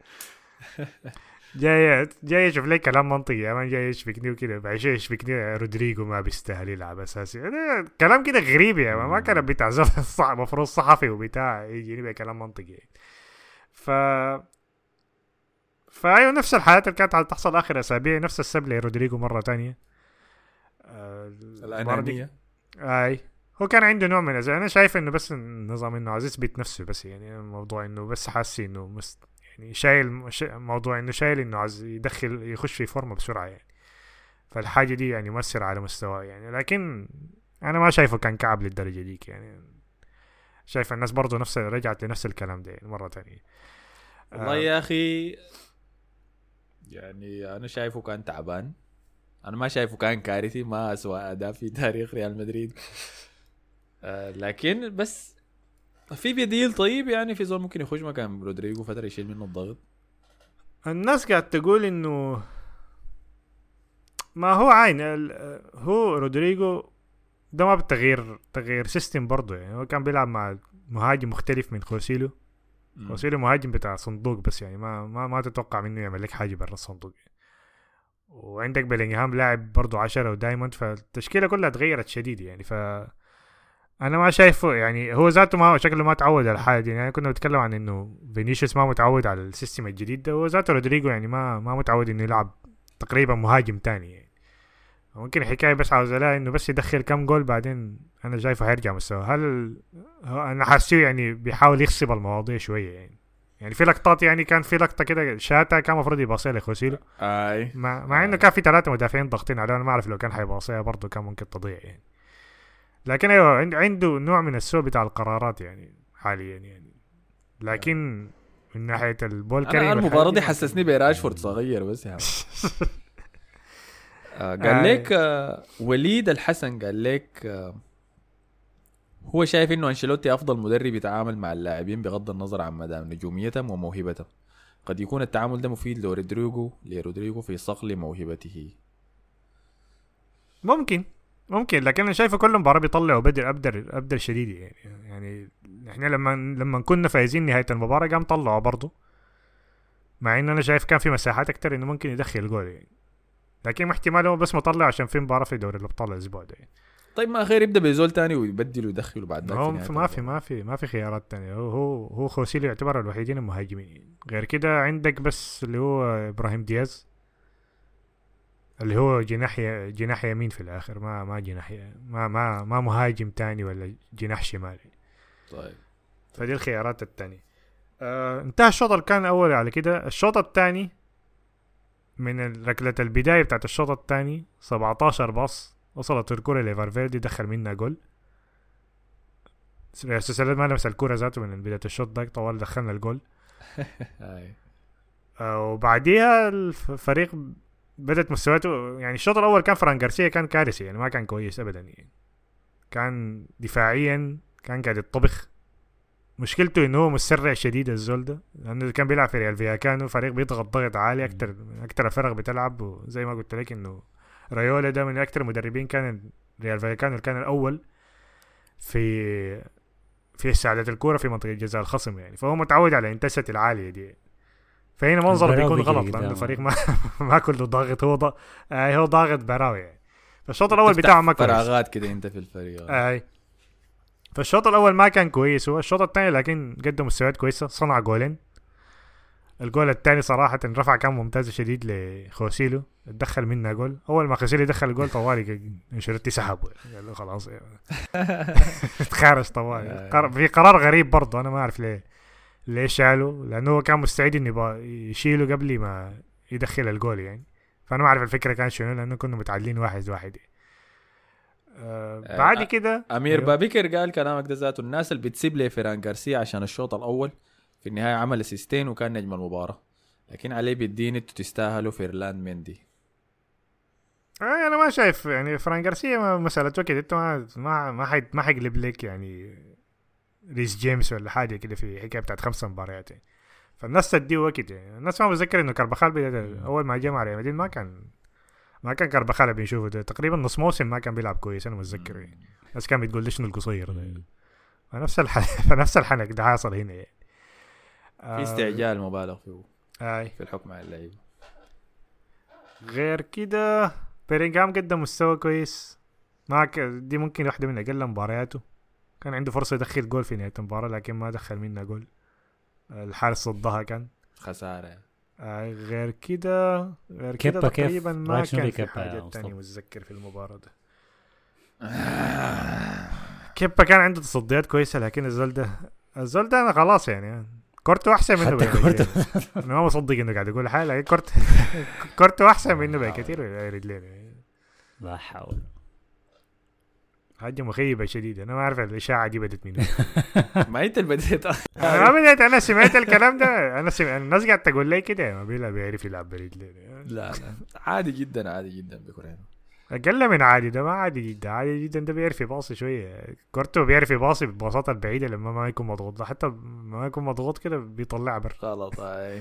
جاي يشوف لي كلام منطقي يا مان، جاي يشبكني وكده، بعد يشبكني رودريجو ما بيستاهل يلعب اساسي. كلام كده غريب يا مان، ما كان بتاع مفروض صحفي وبتاع يجيني بكلام منطقي. فايوه نفس الحالات اللي كانت تحصل اخر اسابيع، نفس السبب لرودريجو مره تانية. الانانيه. هو كان عنده نوع من انا شايف انه بس النظام انه عايز يثبت نفسه بس يعني. الموضوع انه بس حاسس انه يعني شايل موضوع انه شايل انه عايز يخش في فورمه بسرعه يعني. فالحاجه دي يعني مؤثره على مستواه يعني، لكن انا ما شايفه كان كعب للدرجه ديك يعني. شايف الناس برضو رجعت لنفس الكلام ده يعني مره تانية. والله يا اخي يعني انا شايفه كان تعبان، انا ما شايفه كان كارثي، ما اسوأ اداء في تاريخ ريال مدريد. لكن بس في بديل طيب يعني، في زول ممكن يخش مكان رودريجو فتره يشيل منه الضغط. الناس قاعد تقول انه ما هو عين هو رودريجو ده ما تغيير سيستم برضه يعني. هو كان بيلعب مع مهاجم مختلف من خوسيلو مهاجم بتاع صندوق بس يعني، ما تتوقع منه يعمل لك حاجه برا الصندوق يعني. وعندك بيلينغهام لاعب برضو 10 ودايموند، فالتشكيله كلها تغيرت شديد يعني. انا ما شايفه يعني، هو ذاته ما شكله ما تعود على الحاجه دي يعني. كنا بنتكلم عن انه فينيسيوس ما متعود على السيستم الجديد ده، هو ذاته رودريجو يعني ما متعود انه يلعب تقريبا مهاجم تاني يعني. ممكن الحكايه بس عاوز لا انه بس يدخل كم جول بعدين انا شايفه هيرجع مستوى. انا حاسيه يعني بيحاول يخصب المواضيع شويه يعني في لقطات يعني. كان في لقطه كده شاتا كان المفروض يباصيها لخوسيلو مع انه كان في 3 مدافعين ضاغطين عليه. انا ما اعرف لو كان حيباصيها برضه كان ممكن تضيع يعني. لكن ايوه عنده نوع من السوء بتاع القرارات يعني حاليا يعني. لكن من ناحيه البول كريم انا المباراه دي حسسني براشفورد صغير بس يعني. قال لك وليد الحسن قال لك هو شايف انه انشيلوتي افضل مدرب يتعامل مع اللاعبين بغض النظر عن مدى نجوميتهم وموهبتهم. قد يكون التعامل ده مفيد لرودريجو في صقل موهبته. ممكن لكن انا شايفه كل مباراه بيطلعوا ابدر شديد يعني احنا لما كنا فايزين نهايه المباراه قام طلعوا برضه، مع ان انا شايف كان في مساحات اكتر انه ممكن يدخل جول يعني. لكن احتمال هو بس مطلع عشان في مباراه في دوري الابطال الاسبوع ده يعني. طيب ما خير يبدا بزول تاني ويبدل ويدخل بعد ذاك. ما في خيارات تانية. هو خوسيلو يعتبر الوحيدين المهاجمين. غير كده عندك بس اللي هو ابراهيم دياز اللي هو جناح يمين في الاخر، ما جناح ما مهاجم تاني ولا جناح شمالي. طيب فدي الخيارات التانية. انتهى الشوط اللي كان اول على كده. الشوط الثاني من ركلة البداية بتاعت الشوط الثاني 17 باص وصلت الكرة لفالفيردي دخل منها جول. سلسلة ما لمس الكرة ذاته من بداية الشوط ده طوال دخلنا الجول. وبعديها الفريق بدأت مستوياته يعني. الشوط الأول كان فران غارسيا كان كارثي يعني، ما كان كويس أبدا يعني. كان دفاعيا كان قاعد يطبخ. مشكلته انه هو مسرع شديد الزول ده، لانه كان بيلعب في ريال فياكانو فريق بيضغط ضغط عالي اكتر الفرق بتلعب. وزي ما قلت لك انه رايولا ده من اكتر المدربين كان ريال فياكانو كان الاول في استعادة الكرة في منطقة جزاء الخصم يعني. فهو متعود على الانتنسيتي العالية دي. فهنا منظر بيكون غلط لأن الفريق ما كله ضاغط. هو ضاغط براوي يعني. فالشوط الأول بتاعه ما كويس، فراغات كده انت في الفريق. فالشوط الأول ما كان كويس. هو الشوط الثاني لكن قدم مستويات كويسة، صنع جولين. الجول الثاني صراحة رفع كان ممتاز شديد لخوسيلو، اتدخل منه جول. أول ما خوسيلو يدخل الجول طوالي انشيلوتي سحبه قال له خلاص اتخارج طوالي. في قرار غريب برضه أنا ما أعرف ليه شالوا، لأنه هو كان مستعد إنه يشيله قبل ما يدخل الجول يعني. فأنا ما أعرف الفكرة كان شنو، لأنه كنا متعادلين 1-1. بعد كده امير بابيكر قال كلامك ده ذاته، الناس اللي بتسيب لي فيران غارسيا عشان الشوط الاول في النهايه عمل اسيستين وكان نجم المباراه، لكن عليه بيدين انتوا تستاهلوا فيرلاند مندي. انا ما شايف يعني فران غارسيا مسألته كده. انت ما حيقلب لك يعني ريس جيمس ولا حاجه كده في حكايه بتاعت 5 مباريات يعني. فالناس تديه وقت يعني. الناس ما بتذكر انه كارباخال اول ما جاء مع ريال مدريد ما كان كارباخال بنشوفه ده تقريبا نص موسم ما كان بيلعب كويس. انا متذكر يعني. بس كان بتقول ليش القصير ده. فنفس الحنك ده حاصل هنا يعني. في استعجال مبالغ فيه في الحكم على اللعيبه. غير كده بيرينغهام قدم مستوى كويس. دي ممكن واحده من اقل مبارياته. كان عنده فرصه يدخل جول في نهايه المباراه لكن ما دخل منها جول. الحارس صدها كان خساره. غير كده تقريبا ما كان في حاجه تانية متذكر في المباراه ده. كيبا كان عنده تصديات كويسه لكن الزول ده انا خلاص يعني كورته احسن منه بكثير. انا ما مصدق انه قاعد يقول حاجه لكن كورته احسن منه بكثير رجلين. لا حول. حاجه مخيبه شديده. انا ما اعرف الاشاعه دي بدت منين. ما انت بديت. انا سمعت الكلام ده. الناس قاعده تقول لي كده ما بيعرف يلعب برجلين. لا عادي جدا بكره. اقل من عادي ده. ما عادي جدا ده بيعرف يباصي شويه. كورتو بيعرف يباصي بالبساطه البعيده لما ما يكون مضغوط. حتى ما يكون مضغوط كده بيطلع بر. غلط.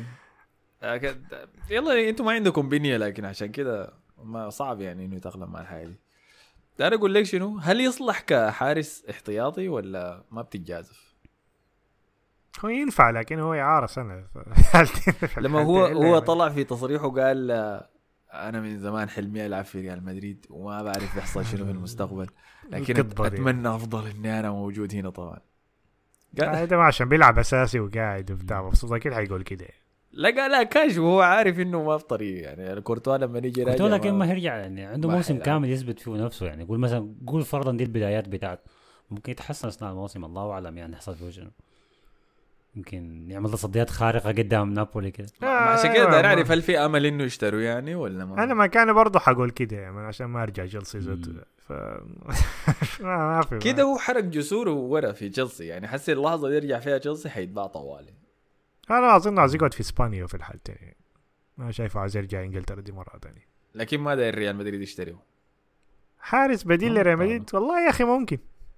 يلا انتوا ما عندكم بنيه لكن عشان كده ما صعب يعني انه يتأقلم مع الحاجه دي. دار اقول لك شنو، هل يصلح كحارس احتياطي ولا ما بتتجازف؟ هو ينفع لكن هو يعار سنه. لما هو طلع في تصريحه قال انا من زمان حلمي العب في ريال مدريد وما بعرف يحصل شنو في المستقبل، لكن اتمنى افضل اني انا موجود هنا. طبعا ده عشان بيلعب اساسي وقاعد وبتاع مبسوط اكيد حيقول كده. لا كاش وهو عارف انه ما في طريق يعني. كورتوا لما نيجي راجع لكن ما يرجع يعني عنده موسم كامل يثبت فيه نفسه يعني. قول فرضا دي البدايات بتاعت ممكن يتحسن اثناء الموسم. الله اعلم يعني يحصل فيه شنو. يمكن يعمل تصديات خارقه قدام نابولي كده. عشان كده داير اعرف هل في امل انه يشتروا يعني ولا ما. انا ما كان برضه حقول كده يعني عشان ما ارجع جلسي زوته. ما في كده هو حرق جسوره ورا في جلسي يعني. حسي اللحظه اللي يرجع فيها جلسي حيتباع طوالي. انا اظن عايز يقعد في اسبانيا وفي الحالتين يعني. ما شايفه عايز يرجع انجلترا دي مره ثانيه. لكن ما داير ريال مدريد يشتريه حارس بديل لريال مدريد. والله يا اخي ممكن.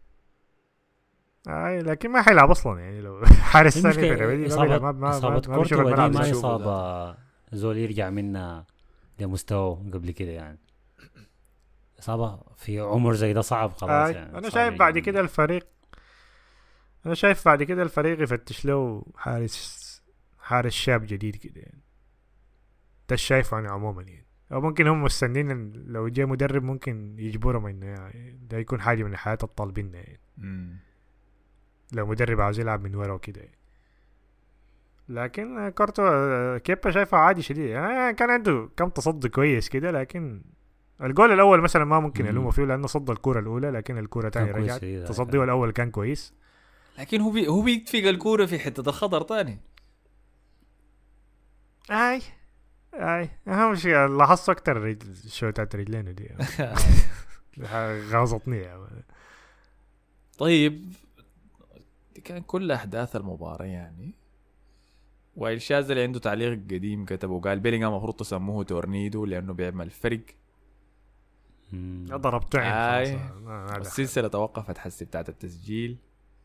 لكن ما حيلعب اصلا يعني. لو حارس ثاني في ريال مدريد ما بيشوف الملعب. ما يصاب زول يرجع منا لمستوى قبل كده يعني. اصابه في عمر زي ده صعب خلاص يعني. انا صعب شايف بعد يجي. كده الفريق يفتش له حارس شاب جديد كده يعني. ده شايفه انا عموما يعني. او ممكن هم مستنين لو جاء مدرب ممكن يجبرهم انه يعني ده يكون حاجه من الحياة الطالبين يعني. لو مدرب عاوز يلعب من ورا وكده يعني. لكن كورتو كيبا شايفه عادي شديد يعني. كان عنده كم تصدي كويس كده، لكن الجول الاول مثلا ما ممكن الومه فيه لانه صد الكرة الاولى، لكن الكرة الثانيه كان رجعت كويس تصديه الاول كان كويس. لكن هو بيدفق الكوره في حته الخطر تاني. اي اهم شيء لاحظت اكتر شوتات رجلينه دي غاظتني يعني. طيب دي كان كل احداث المباراه يعني. وائل شاذلي عنده تعليق قديم كتبه قال بيلينغهام المفروض تسموه تورنيدو لانه بيعمل فرق. ضربت عين السلسله توقفت حسي بتاعت التسجيل.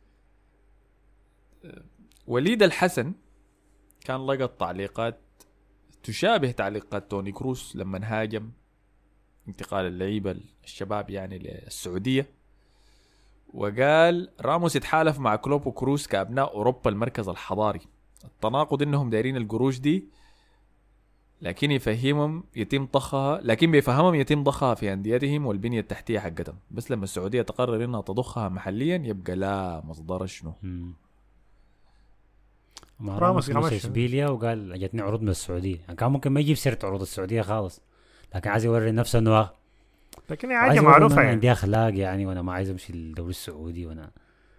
وليد الحسن كان لقط تعليقات تشابه تعليقات توني كروس لما هاجم انتقال اللعيبه الشباب يعني للسعوديه، وقال راموس يتحالف مع كلوب وكروس كابناء اوروبا المركز الحضاري. التناقض انهم دايرين القروش دي لكن بيفهمهم يتم ضخها في انديتهم والبنيه التحتيه حقتهم، بس لما السعوديه تقرر انها تضخها محليا يبقى لا مصدر شنو. راموس مش اشبيليا وقال جتني عروض من السعوديه يعني. كان ممكن ما يجيب سيره عروض السعوديه خالص، لكن عايز يوري نفسه انه لكن هي حاجه معروفه يعني. عندي اخلاق يعني وانا ما عايز امشي الدوري السعودي. انا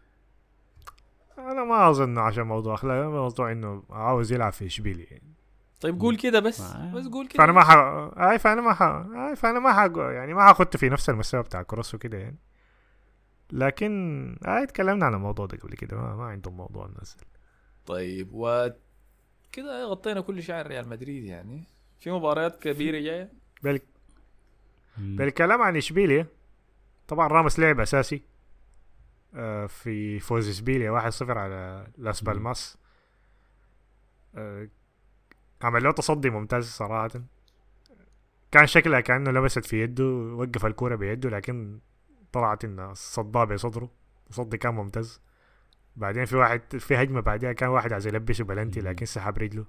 ما اظن عشان موضوع اخلاق، موضوع انه عاوز يلعب في اشبيليا يعني. طيب قول كده بس قول كده. فانا ما يعني ما حاخدت في نفس المستوى بتاع كروس وكده يعني. لكن تكلمنا عن الموضوع ده قبل كده، ما عندهم موضوع الناس. طيب وكده غطينا كل شيء عن ريال مدريد يعني. في مباريات كبيرة جاية بالكلام عن إشبيليا. طبعا راموس لعب أساسي في فوز إشبيليا 1-0 على لاس بالماس. عمل له تصدي ممتاز صراحة. كان شكلها كأنه لمست في يده وقف الكرة بيده، لكن طلعت إنه صدها بصدره وصدي كان ممتاز. بعدين في هجمة بعدها كان واحد عايز يلبسه بلنتي لكن سحب رجله.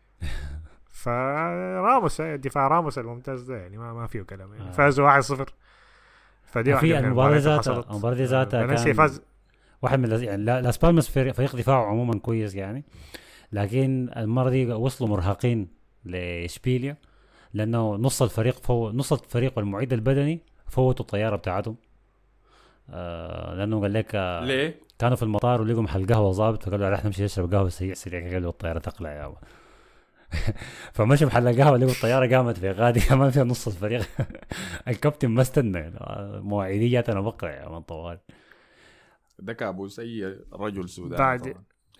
فراموس دفاع راموس الممتاز ده يعني ما فيه كلام يعني. فازوا 1-0. فدي في المباراة ذاتها كان فاز واحد من يعني لاس بالماس فريق دفاعه عموما كويس يعني، لكن المرة دي وصلوا مرهقين لإشبيليا لأنه نص الفريق والمعد البدني فوتوا الطيارة بتاعتهم. لأنه قال لك ليه كانوا في المطار ولقوا محل قهوة ظابط فقالوا رح نمشي نشرب قهوة سريع قالوا الطيارة تقلع يا أبا. فمشي محل القهوة لقوا الطيارة قامت في غادي كمان فيها نص الفريق. الكابتن ما استنى مواعيديات أنا بقرأ يا من طوال ده كابوس أي رجل سوداني.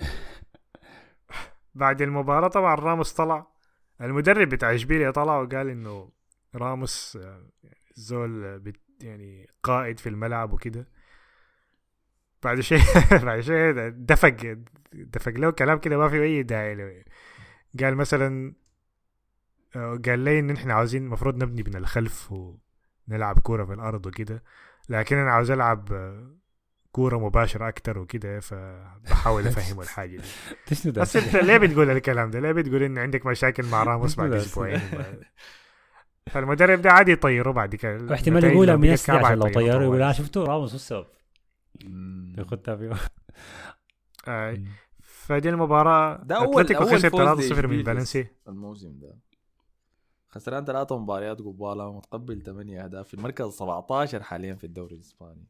بعد المباراة طبعا راموس طلع، المدرب بتاع إشبيليا طلع وقال إنه راموس زول يعني قائد في الملعب وكده. بعد شيء دفق له كلام كده ما في أي داعي له. قال مثلا قال لي إن إحنا عاوزين مفروض نبني من الخلف ونلعب كورة في الأرض وكده، لكن أنا عاوز ألعب كورة مباشرة أكتر وكده، فبحاول أفهمه الحاجة دي. بس أنت ليه بتقول الكلام ده؟ ليه بتقول إن عندك مشاكل مع راموس بعد أسبوعين؟ فالمدرب ده عادي يطيره بعد كده. احتمال يقولها من يسرع عشان لو طيره يقول أنا شفتوا راموس السبب ياخدها فيه. فدي المباراة أتلتيكو خسر 3-0 من فالنسيا الموسم ده، خسران 3 مباريات قبالة ومتقبل 8 أهداف في المركز 17 حاليا في الدوري الإسباني.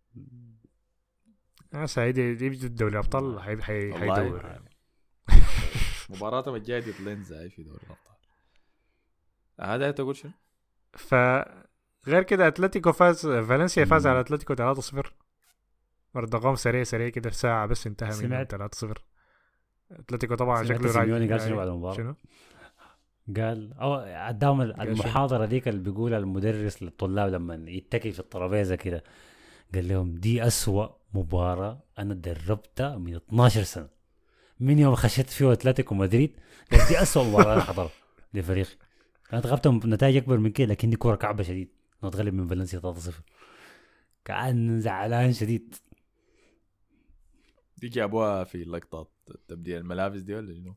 سعيد يبدو الدوري الأبطال حيدور مباراتهم الجاية دي لينزا في دوري الأبطال. هذا تقول شو؟ فغير كده أتلتيكو فالنسيا فاز على أتلتيكو 3-0 مرتقام سريع كده في ساعة بس انتهى من 3-0. أتلتيكو طبعا شكله سيميوني قال شنو بعد المباراة؟ شنو؟ قال قدام المحاضرة ديك اللي بيقولها المدرس للطلاب لما يتكي في الطرابيزة كده، قال لهم دي أسوأ مباراة أنا دربتها من 12 سنة من يوم خشيت فيه أتلتيكو مدريد. قال دي أسوأ مباراة أنا حضرها لفريقي، كانت غبتهم نتائج أكبر من كده لكن دي كورة كعبة شديد. نتغلب من فالنسيا 3-0. كان زعلان شديد. دي جابوها في لقطة تبديل الملابس دي ولا شنو؟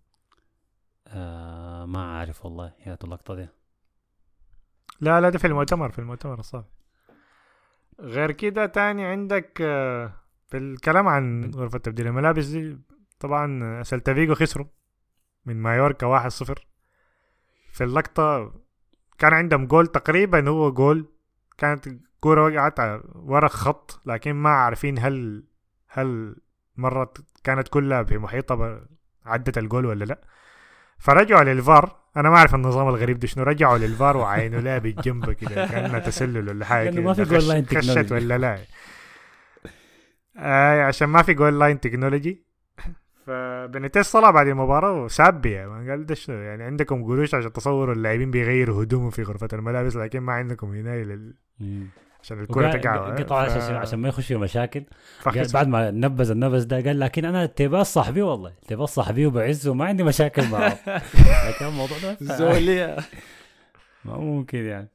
ما عارف والله يا اللقطة دي. لا ده في المؤتمر الصافي. غير كده تاني عندك في الكلام عن غرفة تبديل الملابس دي، طبعا سيلتا فيجو خسروا من مايوركا 1-0. في اللقطة كان عندهم جول تقريبا، هو جول كانت كورة وقعت ورا خط، لكن ما عارفين هل مرت كانت كلها في محيطة عدت الجول ولا لا. فرجعوا للفار، انا ما اعرف النظام الغريب ده شنو، رجعوا للفار وعينوا لها بالجنب كده كأنها تسلل ولا حاجة كده، ما في جول لاين خشت تكنولوجي ولا لا. عشان ما في جول لاين تكنولوجي. فبنيتيز طلع بعد المباراة وسابية، ما قال ده شنو يعني، عندكم قروش عشان تصوروا اللاعبين بيغيروا هدومهم في غرفة الملابس، لكن ما عندكم هنا عشان الكرة تقع. قطع عشان ما يخش في مشاكل. فخسر. بعد ما النبز ده قال لكن انا تيباس صاحبي، والله تيباس صاحبي وبعزه وما عندي مشاكل معه. لكن الموضوع ده زولية ما ممكن يعني.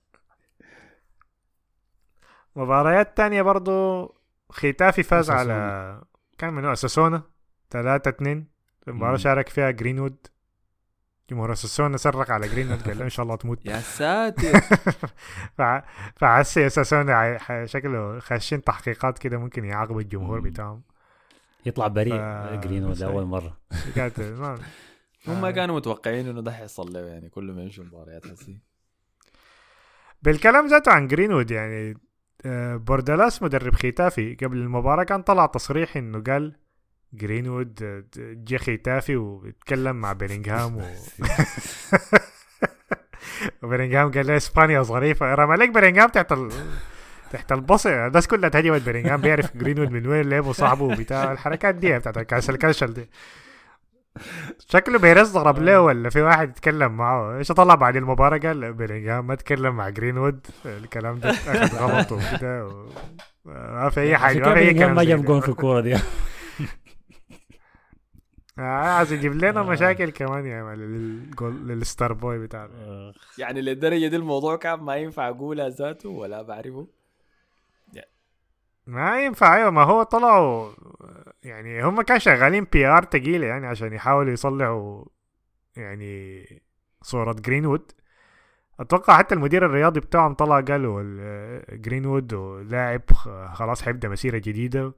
مباريات تانية برضو، ختافي فاز على كان منو أساسونا 3-2. المباراة شارك فيها جرينوود. جمهور أساسونا سرق على جرينوود قال له إن شاء الله تموت. يا ساتر. فعسي أساسونا شكله خاشين تحقيقات كده، ممكن يعاقب الجمهور بتاعهم. يطلع بريء جرينوود أول مرة. هم كانوا متوقعين إنه ده حيصل له يعني، كل ما يمشوا مباريات هسي. بالكلام ذاته عن جرينوود يعني، بوردالاس مدرب ختافي قبل المباراة كان طلع تصريح إنه قال جرينوود جي ختافي ويتكلم مع بيلينغهام وبيلينغهام قال له اسبانيا ظريفة، رمى لك بيلينغهام تحت البص. الناس كلها تهجمت بيلينغهام، بيعرف جرينوود من وين لعبه صاحبه بتاع الحركات دي بتاعت كاس الكنشل دي. شكله بيرز ضرب له ولا في واحد يتكلم معه. ايش طلع بعد المباراة قال بيلينغهام ما تكلم مع جرينوود، الكلام ده اخذ غلط وكده ما في اي حاجة، ما في اي كلام. ما جاب جون في الكورة دي. عايز يجيب لنا مشاكل كمان يعني للستار بوي بتاعنا. يعني للدرجة دي الموضوع كان ما ينفع أقولها ذاته ولا بعرفه. ما ينفع. ايوه ما هو طلعوا يعني، هم كانوا شغالين PR تقيلة يعني عشان يحاولوا يصلحوا يعني صورة جرينوود. اتوقع حتى المدير الرياضي بتاعهم طلع قالوا جرينوود لاعب خلاص حيبدأ مسيرة جديدة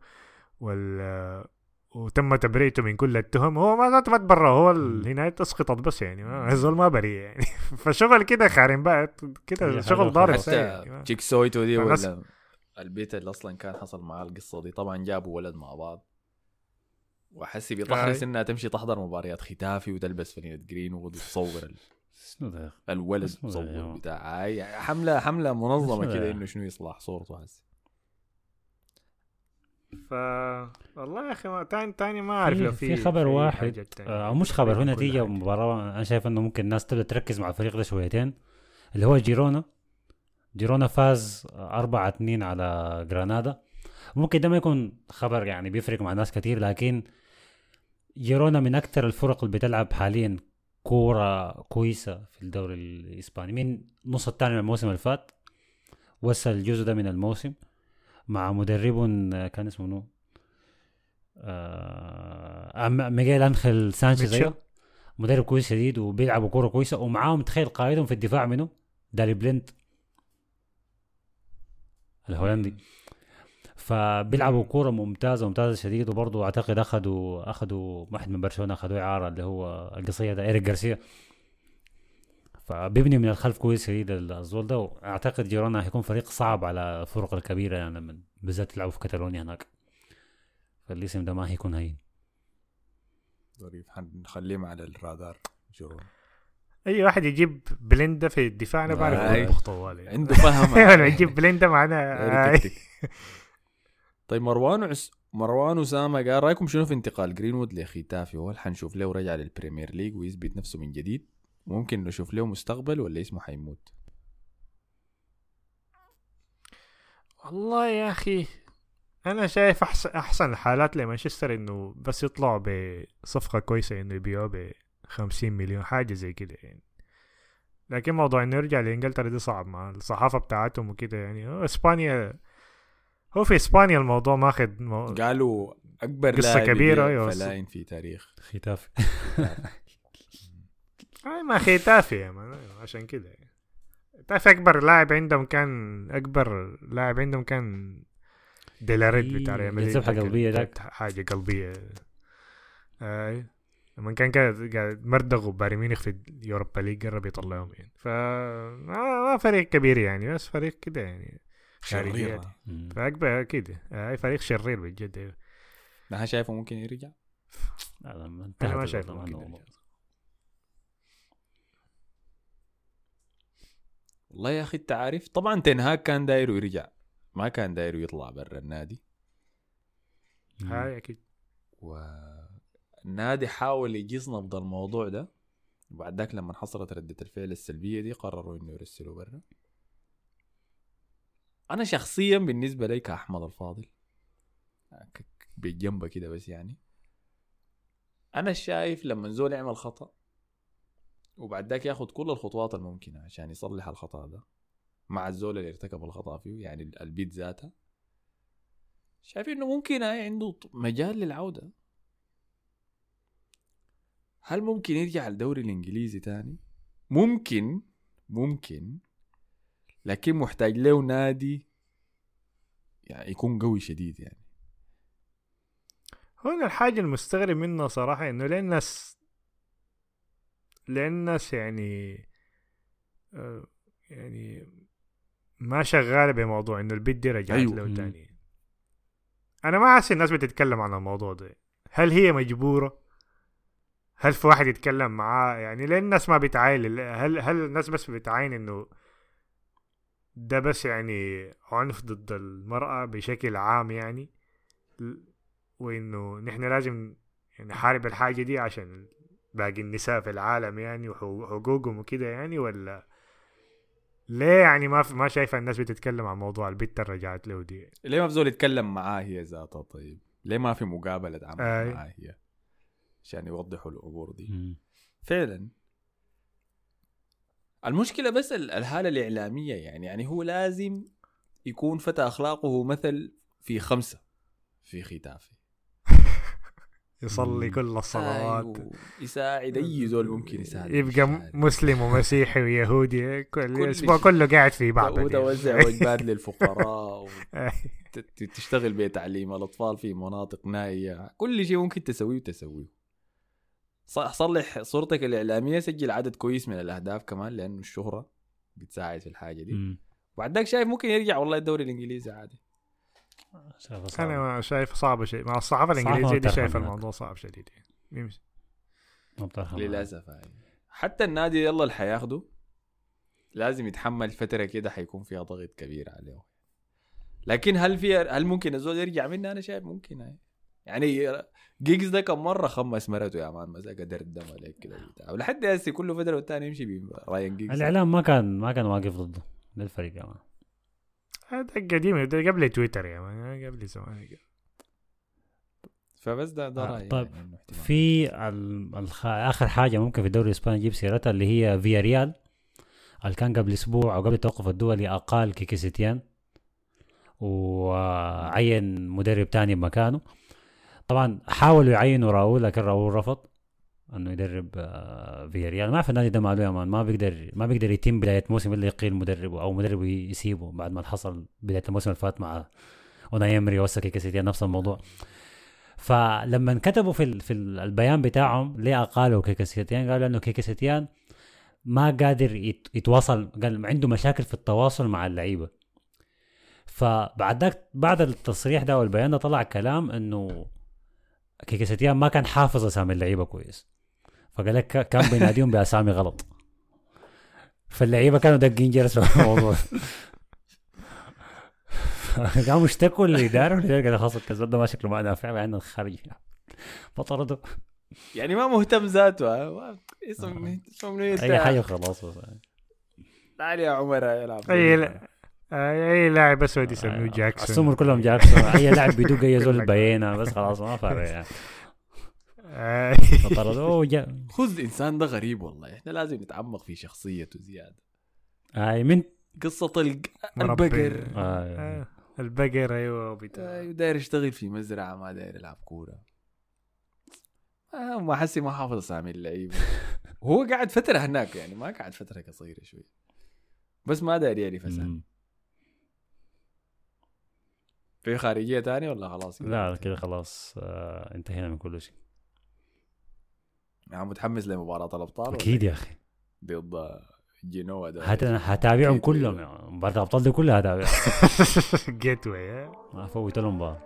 وتم تبرئته من كل التهم. هو ما تبرأ، هو هنا تسقطت بس يعني، الزول ما بريء يعني. فشغل كده خارم بقى كده، شغل ضارب حتى جيك سويتو دي ولا البيت اللي اصلا كان حصل معاه القصة دي، طبعا جابوا ولد مع بعض وحسي بيتحرس انها تمشي تحضر مباريات ختافي وتلبس فنينة جرينوود وتصور الولد تصور بتاع يعني حملة منظمة كده انه شنو يصلح صورته حسي. والله يا اخي تاني ما اعرف لو في خبر واحد او مش خبر، هنا نتيجة مباراة انا شايف انه ممكن الناس تبدا تركز مع الفريق ده شويتين، اللي هو جيرونا فاز 4-2 على جرانادا. ممكن ده ما يكون خبر يعني بيفرق مع ناس كتير، لكن جيرونا من اكتر الفرق اللي بتلعب حاليا كورة كويسة في الدوري الاسباني. من نص الثاني من الموسم اللي فات وصل الجزء ده من الموسم مع مدرب كان اسمه منو ميغيل أنخيل سانشيز، مدرب كويس شديد وبيلعبوا كورة كويسة، ومعاهم تخيل قائدهم في الدفاع منه دالي بليند الهولندي. فبيلعبوا كورة ممتازة شديد. وبرضو اعتقد اخذوا واحد من برشلونة اخذوه اعارة اللي هو القصية ده إيريك غارسيا. فبيبني من الخلف كويس شديد الزول ده. واعتقد جيرونا هيكون فريق صعب على الفرق الكبيرة يعني، من بالذات يلعبوا في كاتالونيا هناك، فالاسم ده ما هيكون هين. ظريف، حنخليه على الرادار جيرونا. اي واحد يجيب بليندا في الدفاع انا بعرف يطبخ طوالي عنده فهم. انا يجيب بليندا معنا. طيب مروان وسامة قال رايكم شنو في انتقال جرينوود لختافي؟ هل حنشوف له رجع للبريمير ليج ويثبت نفسه من جديد؟ ممكن نشوف له مستقبل ولا اسمه حيموت؟ والله يا اخي انا شايف احسن الحالات لمانشستر انه بس يطلعوا بصفقة كويسة، انه يبيعوا ب50 مليون حاجة زي كده يعني. لكن موضوع انه يرجع لانجلترا دي صعب مع الصحافه بتاعتهم وكده يعني. اسبانيا هو في اسبانيا الموضوع ماخد قالوا اكبر قصة لاعب كبيرة، يبيع أيوة. فلاين في تاريخ ختافي. ما ختافي يا مان، عشان كده يعني. تعرف اكبر لاعب عندهم كان ديلاريد بتاع ريال مدريد. جذبها قلبيه ذاك، حاجه قلبيه. لما كان قاعد مردغوا بايرن ميونخ في اليوروبا ليج قرب يطلعهم يعني. ما فريق كبير يعني، بس فريق كده يعني شرير. فاكبر كده. فريق شرير بجد. انا شايفه ممكن يرجع. انا ما شايفه ممكن يرجع. والله يا اخي انت عارف، طبعا تنهاك كان داير يرجع، ما كان داير يطلع برا النادي. هاي اكيد. والنادي حاول يجيز نبض الموضوع ده، وبعد ذاك لما حصلت ردة الفعل السلبية دي قرروا انه يرسلوا برا. انا شخصيا بالنسبة لي كأحمد الفاضل بجنبه كده بس يعني، انا شايف لما نزول يعمل خطأ وبعد ذاك ياخد كل الخطوات الممكنة عشان يصلح الخطأ ده مع الزول اللي ارتكب الخطأ فيه، يعني البيت ذاتها، شايف انه ممكن عنده مجال للعودة. هل ممكن يرجع الدوري الانجليزي تاني؟ ممكن، لكن محتاج له نادي يعني يكون قوي شديد يعني. هنا الحاجة المستغرب منه صراحة انه للناس يعني يعني ما شغالة بموضوع انه البيت دي رجعت له تاني. انا ما احس الناس بتتكلم عن الموضوع ده. هل هي مجبورة؟ هل في واحد يتكلم معاه يعني؟ لان الناس ما بتعاين. هل الناس بس بتعاين انه ده بس يعني عنف ضد المرأة بشكل عام يعني، وانه نحن لازم نحارب الحاجة دي عشان باقي النساء في العالم يعني وحقوقهم وكده يعني؟ ولا ليه يعني ما شايفة الناس بتتكلم عن موضوع البت رجعت له دي؟ ليه ما بزول يتكلم معاه هي ذاتها؟ طيب ليه ما في مقابلة عمل معاه هي عشان يوضحوا الأمور دي؟ فعلا المشكلة بس الحالة الإعلامية يعني هو لازم يكون فتى أخلاقه مثل في 5 في ختافي، يصلي كل الصلوات، يساعد أي زول ممكن يساعد، يبقى مسلم ومسيحي ويهودي كل أسبوع كله قاعد في بعض، وتوزع وجبات للفقراء تشتغل بتعليم الأطفال في مناطق نائية، كل شيء ممكن تسويه. صلح صورتك الإعلامية، سجل عدد كويس من الأهداف كمان لأنه الشهرة بتساعد في الحاجة دي. بعد ذاك شايف ممكن يرجع والله الدوري الإنجليزي عادي. أنا شايف صعب شيء مع الصحافة الإنجليزية دي، شايف الموضوع صعب شديد يعني. للأسف حتى النادي يلا اللي حياخده لازم يتحمل فترة كده حيكون فيها ضغط كبير عليه. لكن هل ممكن الزول يرجع منه؟ أنا شايف ممكن يعني جيجز ده كم مرة خمس مرته يا مان مساء قدر الدم عليك كده ولحد هسه كل فترة والتاني يمشي براين جيجز. الإعلام ما كان واقف ضده للفريق يا مان. هذا قديم، ده قبل تويتر يا مان، قبل زمان. فبس ده رأيي. طيب يعني في آخر حاجة ممكن في الدوري الإسباني نجيب سيرتها اللي هي فيا ريال، اللي كان قبل أسبوع أو قبل التوقف الدولي أقال كيكي ستيان وعين مدرب تاني بمكانه. طبعا حاولوا يعينوا راؤول لكن راؤول رفض انه يدرب فيا ريال. ما في النادي ده ماله يا مان، ما بيقدر يتم بداية موسم الا يقيل مدربه او مدربه يسيبه بعد ما حصل بداية الموسم اللي فات مع اوناي امري وسكي كيسيتيان نفس الموضوع. فلما كتبوا في البيان بتاعهم ليه اقالوا كيكيسيتيان، قالوا انه كيكيسيتيان ما قادر يتواصل، قال عنده مشاكل في التواصل مع اللعيبه. بعد التصريح ده والبيان ده طلع كلام انه كيكي ستيان ما كان حافظ اسامي اللعيبه كويس، فقال لك كان بيناديهم باسامي غلط، فاللعيبه كانوا داقين جرس في الموضوع. قاموا اشتكوا للاداره والاداره قال خلاص الكذاب ده ما شكله ما نافع وعندنا الخارج فطردوا. يعني ما مهتم ذاته اسم اي حاجه خلاص. تعال يا عمر يلعب اي لاعب اسود يسموه جاكسون، السمر كلهم جاكسون. اي لاعب بيدوق اي زول البينه بس خلاص ما فارق يعني. فطردوه جاء. خذ الانسان ده غريب والله، احنا لازم نتعمق في شخصيته زياده. من قصه مربي. البقر. البقر ايوه بتاع داير يشتغل في مزرعه، ما داير يلعب كوره. ما حسي ما حافظ اسامي اللعيبه. هو قاعد فتره هناك يعني، ما قاعد فتره قصيره شوي، بس ما داير يعرف اسامي. في خارجيه تاني ولا خلاص؟ لا كده خلاص انتهينا من كل شيء. يعني متحمس لمباراه الابطال اكيد يا اخي ضد جينوا ده. هتابعهم كلهم يعني. مباراة الابطال دي كلها هتابعها. جيت واي ما فوت لهم مباراة.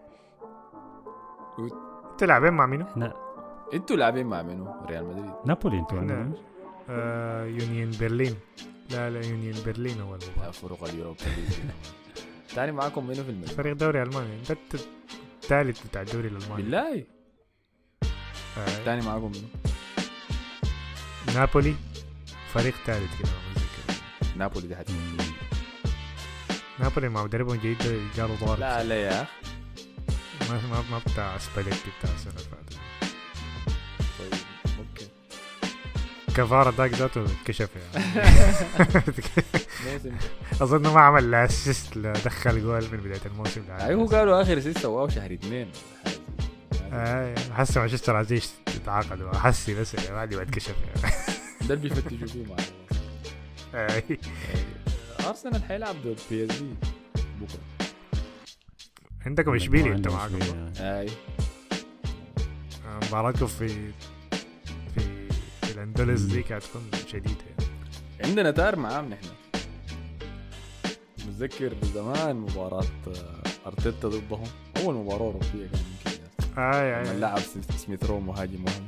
تلعبين مع مين؟ انتوا لاعبين مع منو؟ ريال مدريد؟ نابولي انتوا احنا يونيون برلين. لا يونيون برلين هو المباراة. فرق اليوروب تاني معاكم منو في المدريد؟ فريق دوري الماني. انت الثالث بتاع الدوري الالماني. بالله تاني معاكم منو؟ نابولي فريق ثالث كده ما متذكر. نابولي دي حتى نابولي مع مدربهم جديد جارو ضارب. لا يا ما بتاع سباليتي بتاع السنة اللي فاتت. طيب اوكي. كفارة داك ذاته كشف يعني. موسم اظن ما عمل لا اسيست لا دخل جول من بداية الموسم ده. ايوه قالوا اخر اسيست سواه شهر 2. حاسس مانشستر عايز يتعاقدوا. حسي بس ما عندي بعد كشف يعني. ده اللي بيفتشوا فيه معاه. ارسنال حيلعب ضد PSG بكره. عندكم اشبيلي انت معاكم. اي مباراتكم في الاندلس دي كانت تكون شديده يعني. عندنا تار معاهم نحن. متذكر زمان مباراة ارتيتا ضدهم، اول مباراة اوروبية كان يمكن اللاعب سميث رو مهاجم وهم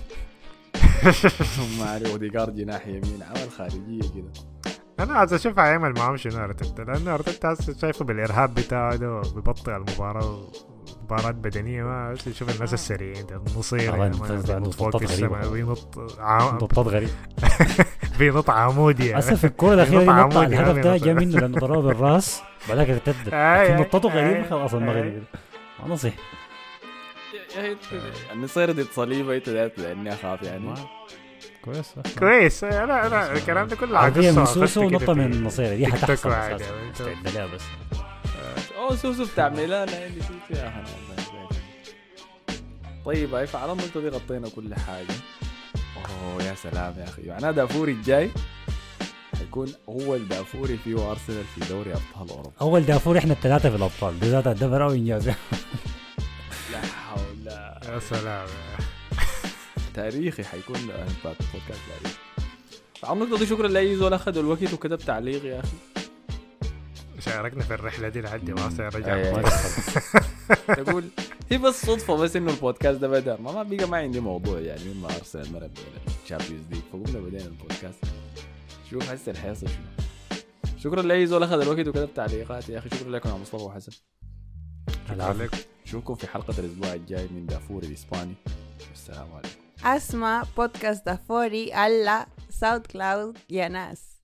ماري اوديغارد جناح يمين، عمل خارجية كده. انا عايز اشوف هيعمل معهم شنو ارتيتا، لانه ارتيتا شايفه بالارهاب بتاعه ده ببطئ المباراة مباراة بدنية. ما يشوف الناس السريعين ده النصير ينط فوق في السماء وينط نطط غريب. بينط عمودي يعني. اصلا في الكورة الأخيرة دي نط الهدف ده جاء منه لأنه ضربه بالراس بعدك ارتد. لكن نطته غريب خلاص ما غريب. ما نصيح النصير دي صليبة لأني أخاف يعني. كويس انا الكلام ده كله عادية من سوسو ونطة من النصير دي حتحصل استعد لها بس. سوسو بتاع ميلان اللي فيها احنا. طيب هاي فعلا النقطة دي غطينا كل حاجة. يا سلام يا أخي، معناه دافوري الجاي يكون أول دافوري فيه أرسنال في دوري أبطال أوروبا. أول دافوري إحنا الثلاثة في الأبطال دي ذات الدفر أو إنجاز. لا حول. يا سلام تاريخي حيكون بودكاست تاريخي. على النقطة دي شكرا لأي زول أخذ الوقت وكتب تعليق يا أخي. شاركنا في الرحلة دي لحد ما سيرجع. تقول هي بس صدفة بس إنه البودكاست ده بدأ ما بيجا ما عندي موضوع يعني مما أرسنال مرة بدأنا الشامبيونز ليج فقمنا بدأنا البودكاست. شوف هسه الحيصة شو. شكرا لأي زول أخذ الوقت وكتب تعليقات يا أخي. شكرا لكم يا مصطفى وحسن. شوفكم في حلقة الأسبوع الجاي من دافوري الإسباني. السلام عليكم. اسمع بودكاست دافوري على ساوند كلاود يا ناس.